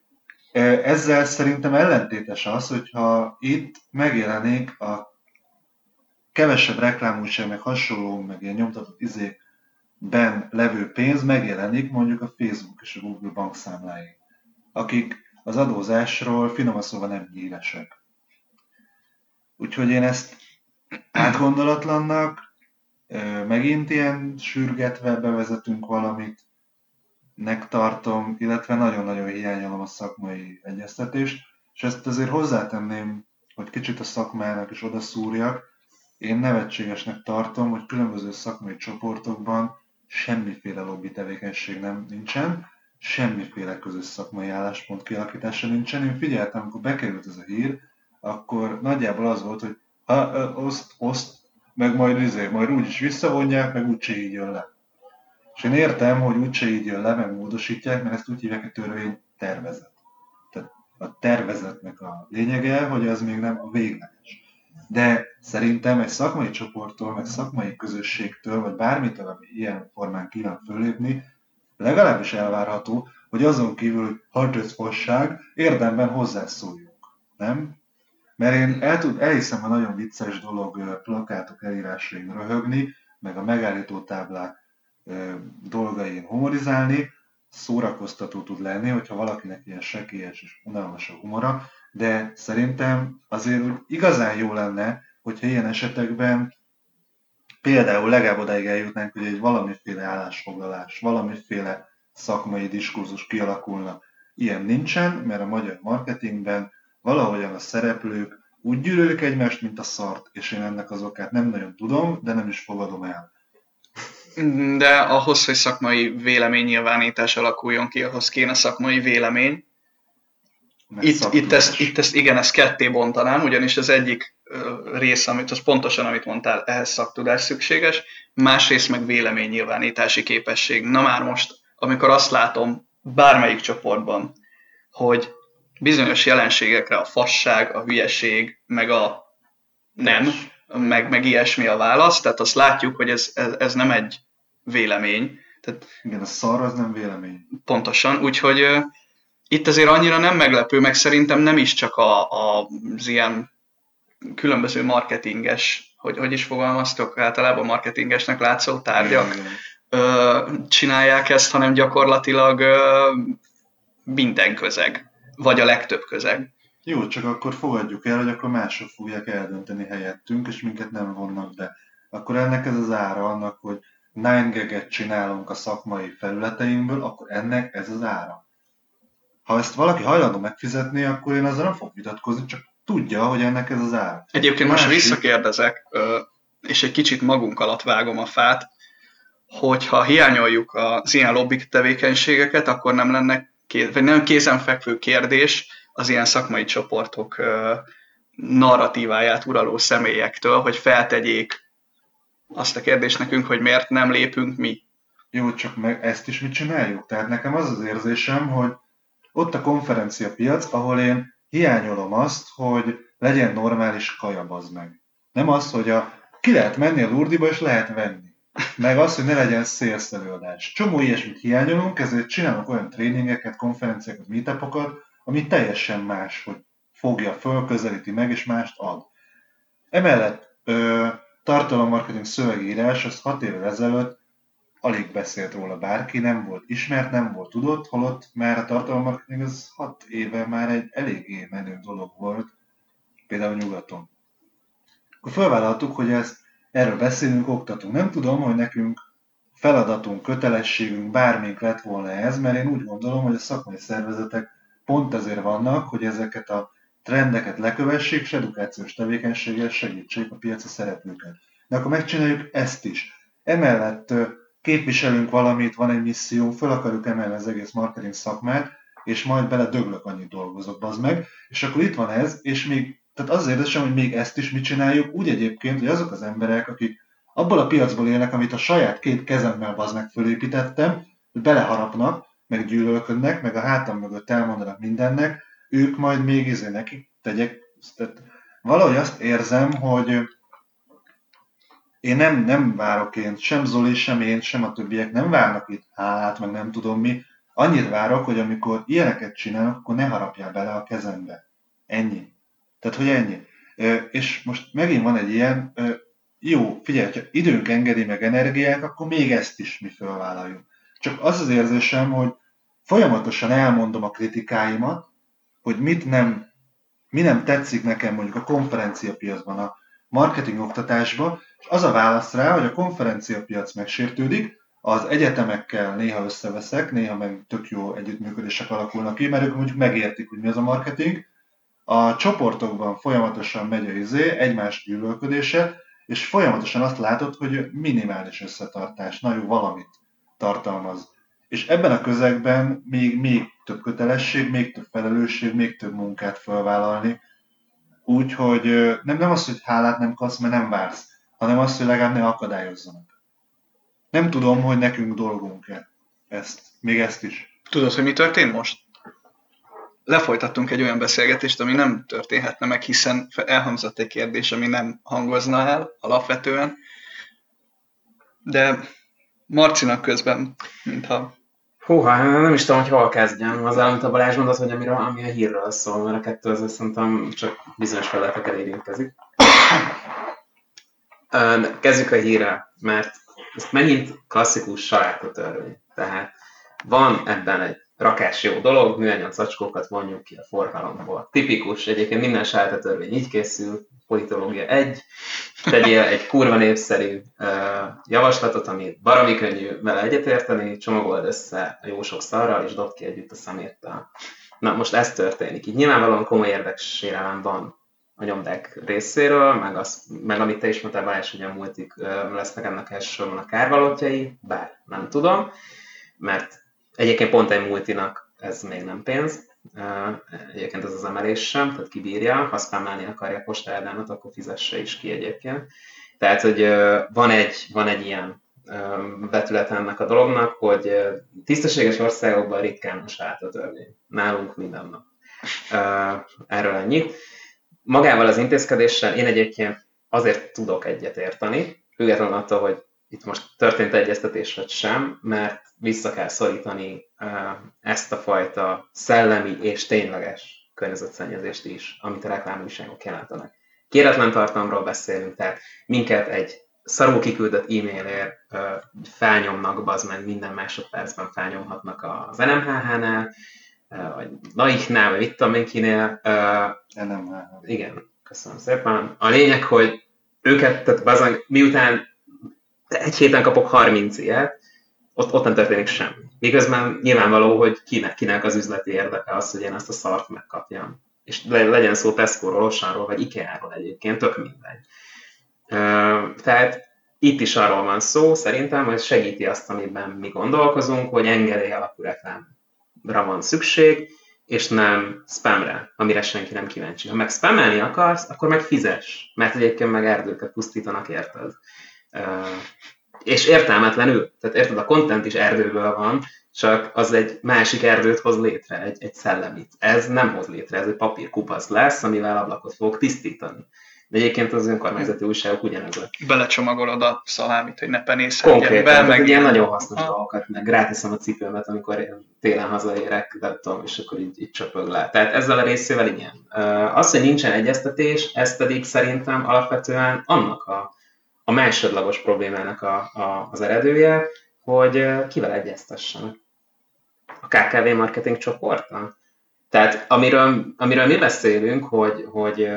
Ezzel szerintem ellentétes az, hogyha itt megjelenik a kevesebb reklámújság, meg hasonló, meg ilyen nyomtatott izékben levő pénz megjelenik mondjuk a Facebook és a Google bankszámláin, akik az adózásról finoman szóval nem híresek. Úgyhogy én ezt átgondolatlannak, megint ilyen sürgetve bevezetünk valamit, nek tartom, illetve nagyon-nagyon hiányolom a szakmai egyeztetést, és ezt azért hozzátenném, hogy kicsit a szakmának is odaszúrjak. Én nevetségesnek tartom, hogy különböző szakmai csoportokban semmiféle lobby tevékenység nem nincsen, semmiféle közös szakmai álláspont kialakítása nincsen. Én figyeltem, amikor bekerült ez a hír, akkor nagyjából az volt, hogy ha, oszt, oszt, meg majd, izé, majd úgyis visszavonják, meg úgyse így jön le. És én értem, hogy úgyse így jön le, meg módosítják, mert ezt úgy hívják, hogy törvény tervezet. Tehát a tervezetnek a lényege, hogy az még nem a végleges. De szerintem egy szakmai csoporttól, meg szakmai közösségtől, vagy bármitől, ami ilyen formán kíván fölépni, legalábbis elvárható, hogy azon kívül, hogy hát ez fasság, érdemben hozzászóljunk. Nem? Mert én el tud, elhiszem, a nagyon vicces dolog plakátok elírásain röhögni, meg a megállító táblák dolgain humorizálni, szórakoztató tud lenni, hogyha valakinek ilyen sekélyes és unalmas a humora, de szerintem azért úgy igazán jó lenne, hogyha ilyen esetekben például legalább odáig eljutnánk, hogy egy valamiféle állásfoglalás, valamiféle szakmai diskurzus kialakulna. Ilyen nincsen, mert a magyar marketingben valahogyan a szereplők úgy gyűlölik egymást, mint a szart, és én ennek az okát nem nagyon tudom, de nem is fogadom el. De ahhoz, hogy szakmai véleménynyilvánítás alakuljon ki, ahhoz kéne szakmai vélemény. Itt, itt, ezt, itt ezt igen, ezt ketté bontanám, ugyanis az egyik rész, amit, az pontosan, amit mondtál, ehhez szaktudás szükséges, másrészt meg véleménynyilvánítási képesség. Na már most, amikor azt látom bármelyik csoportban, hogy bizonyos jelenségekre a fasság, a hülyeség, meg a nem, meg, meg ilyesmi a válasz, tehát azt látjuk, hogy ez, ez, ez nem egy vélemény. Tehát, igen, a szar az nem vélemény. Pontosan, úgyhogy uh, itt azért annyira nem meglepő, meg szerintem nem is csak a, a, az ilyen különböző marketinges, hogy, hogy is fogalmaztok, általában marketingesnek látszó tárgyak uh, csinálják ezt, hanem gyakorlatilag uh, minden közeg, vagy a legtöbb közeg. Jó, csak akkor fogadjuk el, hogy akkor mások fogják eldönteni helyettünk, és minket nem vonnak be. Akkor ennek ez az ára annak, hogy nine gaget csinálunk a szakmai felületeinkből, akkor ennek ez az ára. Ha ezt valaki hajlandó megfizetni, akkor én azzal nem fogok vitatkozni, csak tudja, hogy ennek ez az ára. Egyébként most visszakérdezek, és egy kicsit magunk alatt vágom a fát, hogyha hiányoljuk az ilyen lobbik tevékenységeket, akkor nem lenne, vagy nem kézenfekvő kérdés az ilyen szakmai csoportok narratíváját uraló személyektől, hogy feltegyék azt a kérdést nekünk, hogy miért nem lépünk mi. Jó, csak meg ezt is mit csináljuk? Tehát nekem az az érzésem, hogy ott a konferenciapiac, ahol én hiányolom azt, hogy legyen normális kaja, bazd meg. Nem az, hogy a, ki lehet menni a Lurdiba és lehet venni. Meg az, hogy ne legyen sales előadás. Csomó ilyesmit hiányolunk, ezért csinálunk olyan tréningeket, konferenciákat, meetupokat, ami teljesen más, hogy fogja föl, közelíti meg és mást ad. Emellett ö, tartalommarketing szövegírás, az hat évvel ezelőtt alig beszélt róla bárki, nem volt ismert, nem volt tudott, holott már a tartalommarketing az hat éve már egy eléggé menő dolog volt, például nyugaton. Akkor felvállaltuk, hogy ezt, erről beszélünk, oktatunk. Nem tudom, hogy nekünk feladatunk, kötelességünk, bármink lett volna ez, mert én úgy gondolom, hogy a szakmai szervezetek pont ezért vannak, hogy ezeket a trendeket lekövessék, és edukációs tevékenységgel segítsék a piaci szereplőket. De akkor megcsináljuk ezt is. Emellett képviselünk valamit, van egy misszió, fel akarjuk emelni az egész marketing szakmát, és majd bele döglök, annyit dolgozok, bazd meg, és akkor itt van ez, és még, tehát az érzésem, hogy még ezt is mit csináljuk, úgy egyébként, hogy azok az emberek, akik abból a piacból élnek, amit a saját két kezemmel bazd meg fölépítettem, hogy beleharapnak, meg gyűlölködnek, meg a hátam mögött elmondanak mindennek, ők majd még izé nekik tegyek. Tehát valahogy azt érzem, hogy én nem, nem várok én, sem Zoli, sem én, sem a többiek nem várnak itt hát, meg nem tudom mi. Annyit várok, hogy amikor ilyeneket csinálok, akkor ne harapjál bele a kezembe. Ennyi. Tehát, hogy ennyi. És most megint van egy ilyen, jó, figyelj, ha időnk engedi meg energiák, akkor még ezt is mi felvállaljuk. Csak az az érzésem, hogy folyamatosan elmondom a kritikáimat, hogy mit nem, mi nem tetszik nekem mondjuk a konferenciapiacban, a marketing oktatásban, és az a válasz rá, hogy a konferenciapiac megsértődik, az egyetemekkel néha összeveszek, néha meg tök jó együttműködések alakulnak ki, mert ők mondjuk megértik, hogy mi az a marketing. A csoportokban folyamatosan megy a izé, egymás gyűlölködése, és folyamatosan azt látod, hogy minimális összetartás, na jó, valamit tartalmaz. És ebben a közegben még, még több kötelesség, még több felelősség, még több munkát felvállalni. Úgyhogy nem, nem az, hogy hálát nem kapsz, mert nem vársz, hanem az, hogy legalább ne akadályozzanak. Nem tudom, hogy nekünk dolgunk-e ezt, még ezt is. Tudod, hogy mi történt most? Lefolytattunk egy olyan beszélgetést, ami nem történhetne meg, hiszen elhangzott egy kérdés, ami nem hangozna el alapvetően. De Marcinak közben, mintha... Húha, nem is tudom, hogy hol kezdjem. Az amit a Balázs mondott, hogy amiről, ami a hírről szól, mert a kettő az szerintem csak bizonyos felületekkel érintkezik. Kezdjük a hírrel, mert ez megint klasszikus sajáttörvény. Tehát van ebben egy rakás jó dolog, műanyag zacskókat vonjuk ki a forgalomból. Tipikus, egyébként minden sajáttörvény így készül, politológia egy, tegyél egy kurva népszerű uh, javaslatot, ami baromi könnyű vele egyetérteni, csomagold össze a jó sok szarral, és dobd ki együtt a szeméttel. Na, most ez történik. Így nyilvánvalóan komoly érdeksérelem van a nyomdák részéről, meg, az, meg amit te is mondtál, Balázs, hogy a multik uh, lesznek ennek elsősorban a kárvalótjai, bár nem tudom, mert egyébként pont egy multinak ez még nem pénz. Uh, egyébként ez az emelés sem, tehát kibírja, ha spamelni akarja a postádámat, akkor fizesse is ki egyébként. Tehát, hogy uh, van, egy, van egy ilyen uh, vetület ennek a dolognak, hogy uh, tisztességes országokban ritkán most át a törvény. Nálunk minden nap. Uh, erről ennyit. Magával az intézkedéssel én egyébként azért tudok egyet érteni, függetlenül attól, hogy itt most történt egyeztetés vagy sem, mert vissza kell szorítani ezt a fajta szellemi és tényleges környezetszennyezést is, amit a reklámújságok jelentenek. Kéretlen tartalomról beszélünk, tehát minket egy szarul kiküldött e-mailért felnyomnak, bazd meg, minden másodpercben felnyomhatnak az en em há há-nál, vagy Laiknál, vagy mit tudom én kinél. en em há. Igen, köszönöm szépen. A lényeg, hogy őket, tehát bazd, miután egy héten kapok harminc ilyet, ott, ott nem történik semmi. Miközben nyilvánvaló, hogy kinek, kinek az üzleti érdeke az, hogy én ezt a szart megkapjam. És legyen szó Tesco-ról, Auchanról, vagy IKEA-ról egyébként, tök mindegy. Tehát itt is arról van szó, szerintem, hogy segíti azt, amiben mi gondolkozunk, hogy engedély alapú reklámra van szükség, és nem spamre, amire senki nem kíváncsi. Ha meg spamelni akarsz, akkor meg fizess, mert egyébként meg erdőket pusztítanak, érted? Uh, és értelmetlenül, tehát érted, a content is erdőből van, csak az egy másik erdőt hoz létre, egy, egy szellemit. Ez nem hoz létre, ez egy papírkupac lesz, amivel ablakot fogok tisztítani. De egyébként az önkormányzati újságok ugyanezek. Belecsomagolod a szalámit, hogy ne penészedjen konkrétan, be, meg ilyen nagyon hasznos dolgokat, meg ráteszem a cipőmet, amikor én télen hazaérek, de tudom, és akkor így, így csöpög le. Tehát ezzel a részével igen. Az, hogy nincsen egyeztetés, ez pedig szerintem alapvetően annak a a másodlagos problémának a, a, az eredője, hogy kivel egyeztessenek. A ká ká vé marketing csoporttal. Tehát amiről, amiről mi beszélünk, hogy, hogy,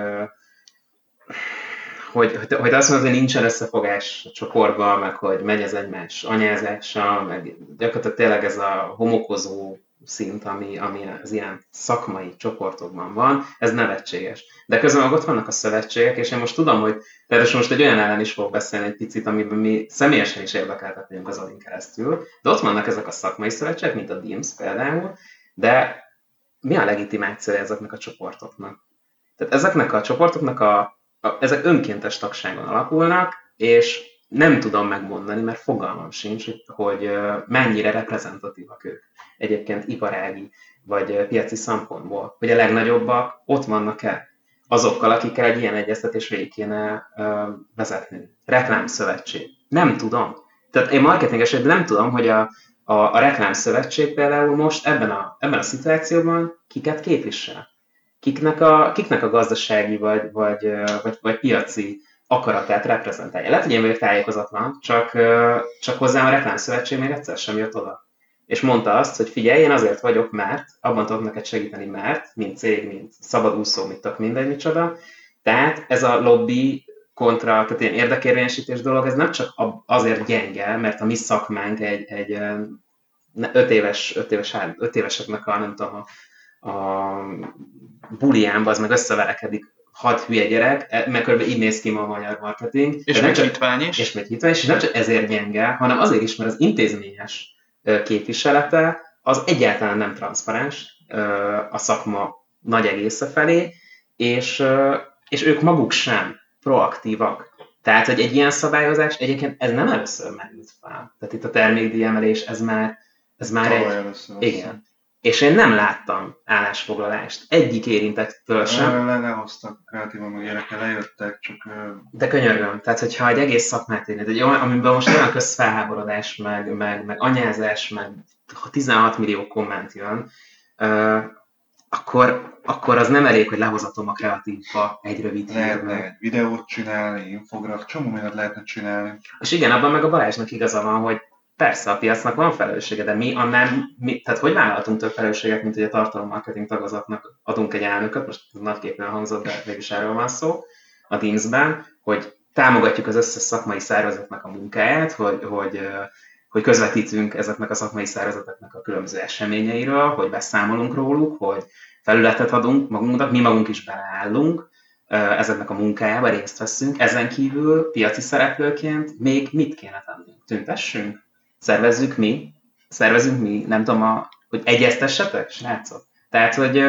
hogy, hogy, hogy azt mondod, hogy nincsen összefogás a csoportban, meg hogy megy az egymás anyázása, meg gyakorlatilag tényleg ez a homokozó szint, ami, ami az ilyen szakmai csoportokban van, ez nevetséges. De közben ott vannak a szövetségek, és én most tudom, hogy tehát most egy olyan ellen is fogok beszélni egy picit, amiben mi személyesen is érdekeltek vagyunk az Alin keresztül, de ott vannak ezek a szakmai szövetségek, mint a dé i em es például, de mi a legitimációja ezeknek a csoportoknak? Tehát ezeknek a csoportoknak a, a, ezek önkéntes tagságon alapulnak, és nem tudom megmondani, mert fogalmam sincs, hogy mennyire reprezentatívak ők egyébként iparági vagy piaci szempontból, hogy a legnagyobbak ott vannak-e azokkal, akikkel egy ilyen egyeztetés végig kéne vezetni. Reklámszövetség. Nem tudom. Tehát én marketinges, nem tudom, hogy a, a, a reklámszövetség például most ebben a, ebben a szituációban kiket képvisel. Kiknek a, kiknek a gazdasági vagy, vagy, vagy, vagy piaci akaratát reprezentálja. Lehet, hogy én vagyok tájékozatlan, csak, csak hozzám a reklámszövetség még egyszer sem jött oda. És mondta azt, hogy figyelj, én azért vagyok, mert, abban tudok neked segíteni, mert, mint cég, mint szabadúszó, mint tök mindegy, micsoda. Tehát ez a lobby kontra, tehát ilyen érdekérvényesítés dolog, ez nem csak azért gyenge, mert a mi szakmánk egy, egy öt éves, öt éves, öt éveseknek a, nem tudom, a, a buliánba, az meg összeverekedik hat hülye gyerek, meg kb. Így néz ki ma a magyar marketing. És még hitvány is. És még hitvány is, és nem csak ezért gyenge, hanem azért is, mert az intézményes képviselete az egyáltalán nem transzparens a szakma nagy egésze felé, és, és ők maguk sem proaktívak. Tehát, hogy egy ilyen szabályozás, egyébként ez nem először merült fel. Tehát itt a termékdíjemelés, ez már, ez már egy... Először igen. És én nem láttam állásfoglalást egyik érintettől sem. Le, lehoztak kreatívan, meg ilyenekkel lejöttek, csak... De könyörgöm, tehát hogyha egy egész szakmát érint, egy olyan, amiben most olyan közfelháborodás, meg, meg, meg anyázás, meg tizenhat millió komment jön, uh, akkor, akkor az nem elég, hogy lehozatom a kreatívba egy rövid hírben. Lehetne egy videót csinálni, infograf, csomó mindent lehetne csinálni. És igen, abban meg a Balázsnak igaza van, hogy persze a piacnak van felelőssége, de mi annál, mi, tehát hogy vállaltunk több felelősséget, mint hogy a tartalommarketing tagozatnak adunk egy elnököt, most nagyképpen hangzott, de mégis erről van szó, a dé i em es-ben, hogy támogatjuk az összes szakmai szervezetnek a munkáját, hogy, hogy, hogy közvetítünk ezeknek a szakmai szervezeteknek a különböző eseményeiről, hogy beszámolunk róluk, hogy felületet adunk magunknak, mi magunk is beleállunk ezeknek a munkájába, részt veszünk. Ezen kívül piaci szereplőként még mit kéne tennünk? Tüntessünk? Szervezzük mi? Szervezünk mi? Nem tudom, a, hogy egyeztessetek, srácok? Tehát, hogy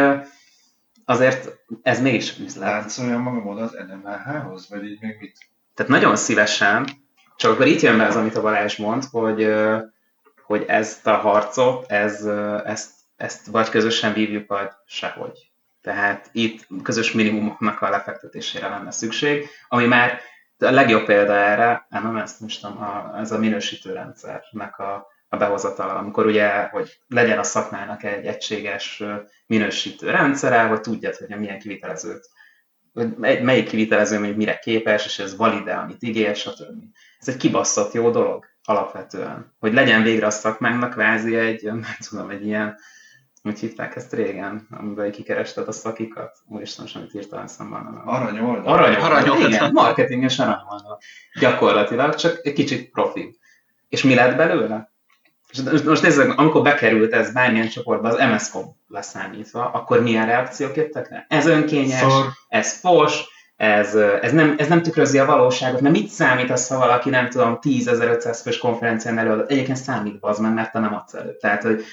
azért ez mégis üzlet. Láncoljam magam oda az en em há há-hoz, vagy így még mit? Tehát nagyon szívesen, csak akkor itt jön be az, amit a Balázs mond, hogy, hogy ezt a harcot, ez, ezt, ezt vagy közösen vívjuk, vagy sehogy. Tehát itt közös minimumoknak a lefektetésére lenne szükség, ami már a legjobb példa erre, nem ezt most a, ez a minősítőrendszernek a, a behozatala, amikor ugye, hogy legyen a szakmának egy egységes minősítőrendszere, hogy tudjad, hogy milyen kivitelezőt, hogy melyik kivitelező mondjuk mire képes, és ez valide, amit ígér, stb. Ez egy kibaszott jó dolog alapvetően, hogy legyen végre a szakmánknak kvázi egy, nem tudom, egy ilyen, hogy hívták ezt régen, amiben kikerested a szakikat? Úristen, most amit írtam szemben. Aranyoldal. Aranyoldal, Aranyoldal. igen, marketinges aranyoldal. Gyakorlatilag, csak egy kicsit profi. És mi lett belőle? És most nézzük, amikor bekerült ez bármilyen csoportba, az em es cé o em leszámítva, akkor milyen reakciók jöttek rá? Ez önkényes, Szor. ez fos, ez, ez, nem, ez nem tükrözi a valóságot, mert mit számít az, ha valaki, nem tudom, tízezer-ötszáz fős konferencián előad? Egyébként számít, bazd meg, mert te nem adsz elő. Tehát, hogy,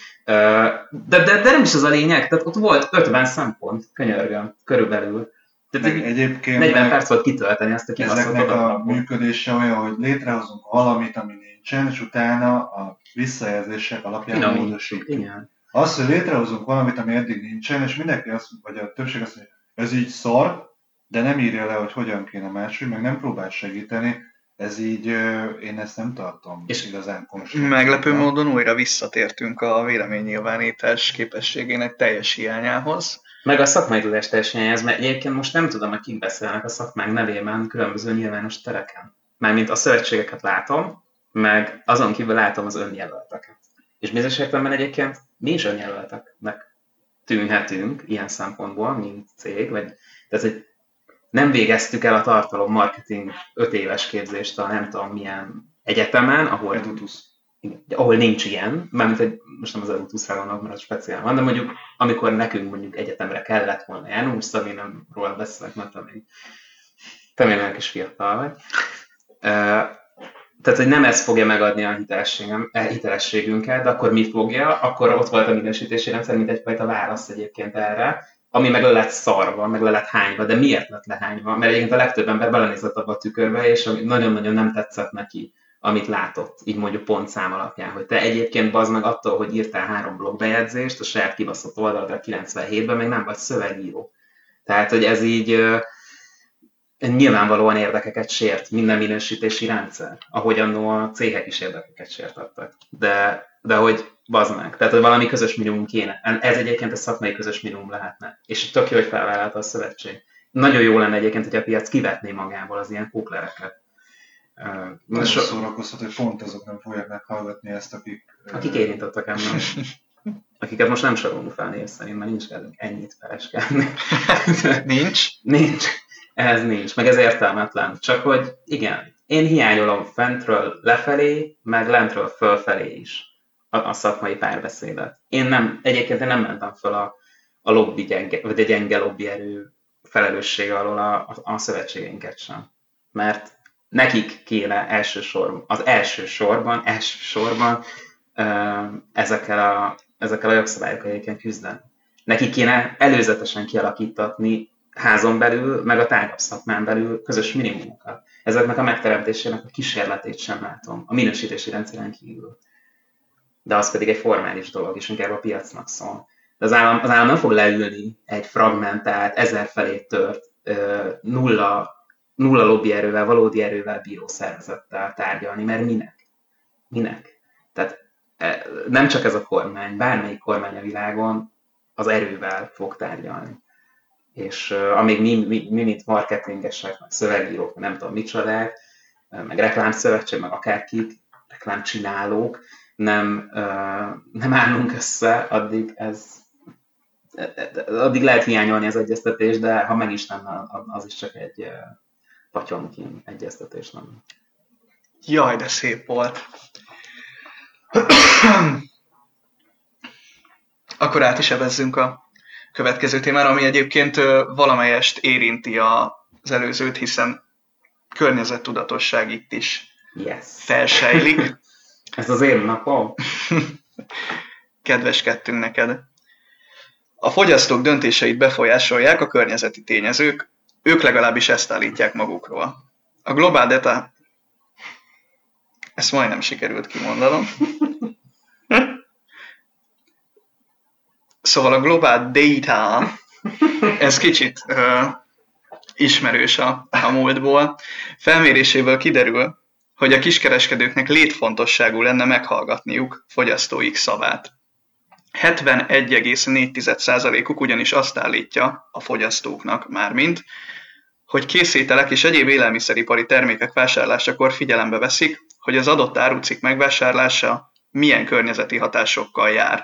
de, de, de nem is az a lényeg, tehát ott volt ötven szempont, könyörgöm, körülbelül. Tehát egyébként negyven perc volt kitölteni ezt a kibaszott ezeknek a adatnapot. működése olyan, hogy létrehozunk valamit, ami nincsen, és utána a visszajelzések alapján módosítjuk. Igen. Az, hogy létrehozunk valamit, ami eddig nincsen, és mindenki azt, vagy a többség azt mondja, ez így szar, de nem írja le, hogy hogyan kéne máshogy, meg nem próbál segíteni, ez így, én ezt nem tartom és igazán konstruktívan. Meglepő módon újra visszatértünk a véleménynyilvánítás képességének teljes hiányához. Meg a szakmai tudás teljes hiányához, mert egyébként most nem tudom, hogy kik beszélnek a szakmánk nevében különböző nyilvános tereken. Mármint a szövetségeket látom, meg azon kívül látom az önjelölteket. És bizonyos értelemben egyébként mi is önjelölteknek tűnhetünk ilyen szempontból, mint cég, vagy tehát, hogy nem végeztük el a tartalom marketing öt éves képzést a nem tudom milyen egyetemen, ahol, Edutus. ahol nincs ilyen, mármint egy, most nem az Edutusra gondolok, mert az speciál van, de mondjuk amikor nekünk mondjuk egyetemre kellett volna járnunk, most Szabi nem róla beszélek, mert te még, te még olyan kis fiatal vagy. Tehát, hogy nem ez fogja megadni a hitelességünket, de akkor mi fogja? Akkor ott volt a minősítési rendszer, mint egyfajta válasz egyébként erre, ami meg le lett szarva, meg le lett hányva, de miért lett lehányva? Mert egyébként a legtöbb ember belenézett abba a tükörbe, és nagyon-nagyon nem tetszett neki, amit látott, így mondjuk pontszám alapján, hogy te egyébként bazd meg attól, hogy írtál három blogbejegyzést, a saját kibaszott oldalra kilencvenhétben, meg nem vagy szövegíró. Tehát, hogy ez így nyilvánvalóan érdekeket sért minden minősítési rendszer, ahogy annó a cégek is érdekeket sértettek. De, de hogy bazd meg, tehát hogy valami közös minimum kéne. Ez egyébként a szakmai közös minimum lehetne. És tök jó, hogy felvállalta a szövetség. Nagyon jó lenne egyébként, hogy a piac kivetné magából az ilyen kóklereket. Nagyon so... szórakoztat, hogy pont azok nem fogják meghallgatni ezt, akik... Akik érintettek ennek. Akiket most nem sorolunk fel név szerint, mert nincs kedvünk ennyit pereskedni. Nincs? Nincs. Ez nincs, meg ez értelmetlen. Csak hogy igen, én hiányolom fentről lefelé, meg lentről fölfelé is a, a szakmai párbeszédet. Én nem, egyébként én nem mentem föl a, a lobby gyenge, vagy a gyenge lobbyerő felelőssége alól a, a, a szövetségeinket sem. Mert nekik kéne elsősorban, az első sorban, első sorban ezekkel a, ezekkel a jogszabályokkal egyébként küzdeni. Nekik kéne előzetesen kialakítatni házon belül, meg a tágabb szakmán belül közös minimumokat. Ezeknek a megteremtésének a kísérletét sem látom, a minősítési rendszeren kívül. De az pedig egy formális dolog, és inkább a piacnak szól. De az állam, az állam nem fog leülni egy fragmentált, ezer felé tört, nulla, nulla lobbyerővel, valódi erővel bíró szervezettel tárgyalni, mert minek? Minek? Tehát nem csak ez a kormány, bármelyik kormány a világon az erővel fog tárgyalni. És uh, amíg mi, mi, mi, mint marketingesek, meg szövegírók, nem tudom micsodák, meg reklámszövetség, meg akárkik, reklámcsinálók, nem, uh, nem állunk össze, addig ez addig lehet hiányolni az egyeztetés, de ha meg is lenne, az is csak egy, Patyomkin egyeztetés, nem? Jaj, de szép volt. Akkor át is evezzünk a következő témára, ami egyébként valamelyest érinti az előzőt, hiszen környezettudatosság itt is yes. felsejlik. Ez az én napom. Kedveskedtünk neked. A fogyasztók döntéseit befolyásolják a környezeti tényezők, ők legalábbis ezt állítják magukról. A Global Data... Ezt majdnem sikerült kimondanom. Szóval a Global Data, ez kicsit uh, ismerős a, a múltból, felméréséből kiderül, hogy a kiskereskedőknek létfontosságú lenne meghallgatniuk fogyasztóik szavát. hetvenegy egész négy százalékuk ugyanis azt állítja a fogyasztóknak mármint, hogy készételek és egyéb élelmiszeripari termékek vásárlásakor figyelembe veszik, hogy az adott árucikk megvásárlása milyen környezeti hatásokkal jár.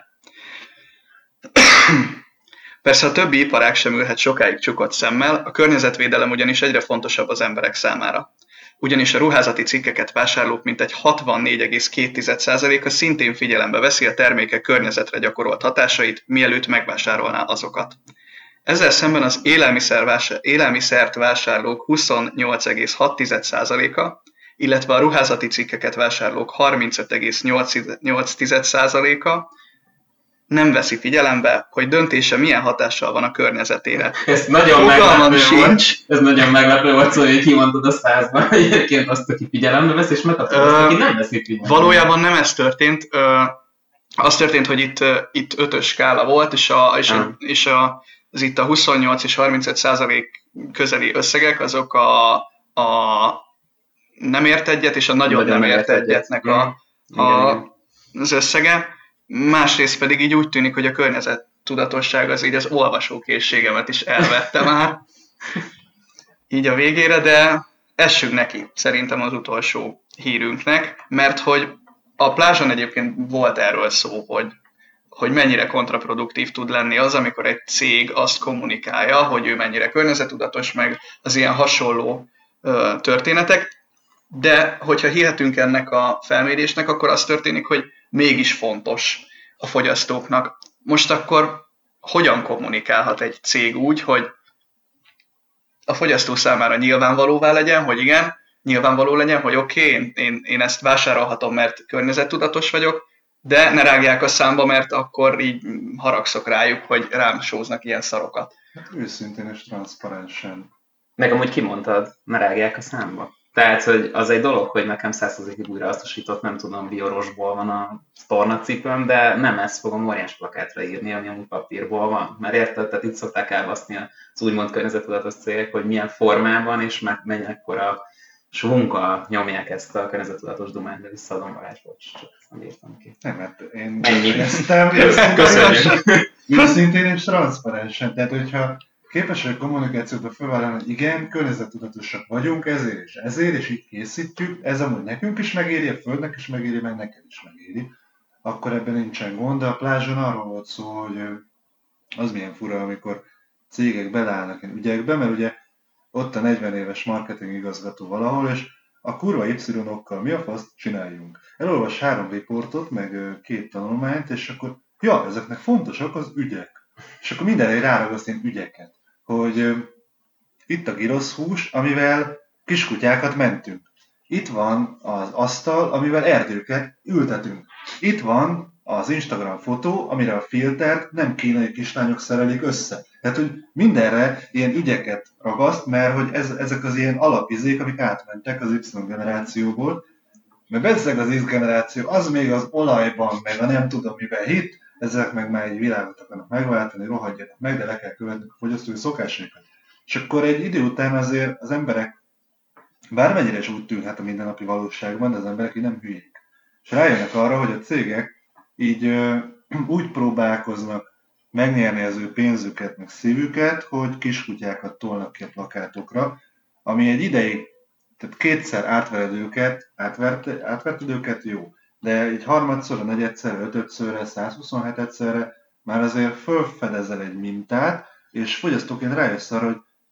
Persze a többi iparág sem ülhet sokáig csukott szemmel, a környezetvédelem ugyanis egyre fontosabb az emberek számára. Ugyanis a ruházati cikkeket vásárlók mintegy hatvannégy egész két százaléka szintén figyelembe veszi a termékek környezetre gyakorolt hatásait, mielőtt megvásárolná azokat. Ezzel szemben az élelmiszer vásár, élelmiszert vásárlók huszonnyolc egész hat százaléka, illetve a ruházati cikkeket vásárlók harmincöt egész nyolc százaléka nem veszi figyelembe, hogy döntése milyen hatással van a környezetére. Ez nagyon meglepő volt. Ez nagyon meglepő volt, szóval, hogy kimondod a százban, egyébként azt, aki figyelembe vesz, és megkapod azt, aki nem veszi figyelembe. Valójában nem ez történt. Ö, az történt, hogy itt, itt ötös skála volt, és, a, és, a, és a, az itt a huszonnyolc és harmincöt százalék közeli összegek, azok a, a nem ért egyet, és a nagyon, nagyon nem ért egyetnek a, a, az összege. Másrészt pedig így úgy tűnik, hogy a környezettudatosság az így az olvasókészségemet is elvette már így a végére, de essünk neki szerintem az utolsó hírünknek, mert hogy a plázson egyébként volt erről szó, hogy, hogy mennyire kontraproduktív tud lenni az, amikor egy cég azt kommunikálja, hogy ő mennyire környezettudatos, meg az ilyen hasonló ö, történetek, de hogyha hihetünk ennek a felmérésnek, akkor az történik, hogy mégis fontos a fogyasztóknak. Most akkor hogyan kommunikálhat egy cég úgy, hogy a fogyasztó számára nyilvánvalóvá legyen, hogy igen, nyilvánvaló legyen, hogy oké, okay, én, én, én ezt vásárolhatom, mert környezettudatos vagyok, de ne rágják a számba, mert akkor így haragszok rájuk, hogy rám sóznak ilyen szarokat. Hát őszintén és transzparensen. Meg amúgy kimondtad, ne rágják a számba. Tehát, hogy az egy dolog, hogy nekem száz százalékig újrahasznosított, nem tudom, biorosból van a tornacipőm, de nem ezt fogom óriás plakátra írni, ami amúgy papírból van. Mert érted, tehát itt szokták elbaszni az úgymond környezettudatos cégek, hogy milyen formában és mekkora svunkkal nyomják ezt a környezettudatos dumát, de visszaadom Balázs, bocs, csak ezt nem írtam ki. Nem, hát én Ennyi. Értem, Köszönjük. Őszintén és transzparensen, tehát hogyha képesek kommunikációban fölvállalni, hogy igen, környezettudatosak vagyunk, ezért és ezért, és így készítjük, ez amúgy nekünk is megéri, a Földnek is megéri, meg neked is megéri, akkor ebben nincsen gond, de a plázson arról volt szó, hogy az milyen fura, amikor cégek beleállnak ügyekbe, mert ugye ott a negyven éves marketing igazgató valahol, és a kurva Y-okkal mi a faszt csináljunk. Elolvas három riportot, meg két tanulmányt, és akkor ja, ezeknek fontosak az ügyek. És akkor mindenre ráragaszt ilyen ügyeket, hogy uh, itt a giroszhús, amivel kiskutyákat mentünk. Itt van az asztal, amivel erdőket ültetünk. Itt van az Instagram fotó, amire a filtert nem kínai kislányok szerelik össze. Tehát, hogy mindenre ilyen ügyeket ragaszt, mert hogy ez, ezek az ilyen alapizék, amik átmentek az Y generációból. Mert bezzeg az X generáció, az még az olajban, meg a nem tudom miben hit, ezek meg már egy világot akarnak megváltani, rohadjanak meg, de le kell követnünk a fogyasztói szokásaikat. És akkor egy idő után azért az emberek, bármennyire is úgy tűnhet a mindennapi valóságban, de az emberek így nem hülyék. És rájönnek arra, hogy a cégek így ö, úgy próbálkoznak megnyerni az ő pénzüket, meg szívüket, hogy kiskutyákat tolnak ki a plakátokra, ami egy ideig, tehát kétszer átvered őket, átvert, átverted őket, jó. De egy harmadszor, negyedszer, ötödszörre, százhuszonhetedszerre már azért fölfedezel egy mintát, és fogyasztóként rájössz arra, hogy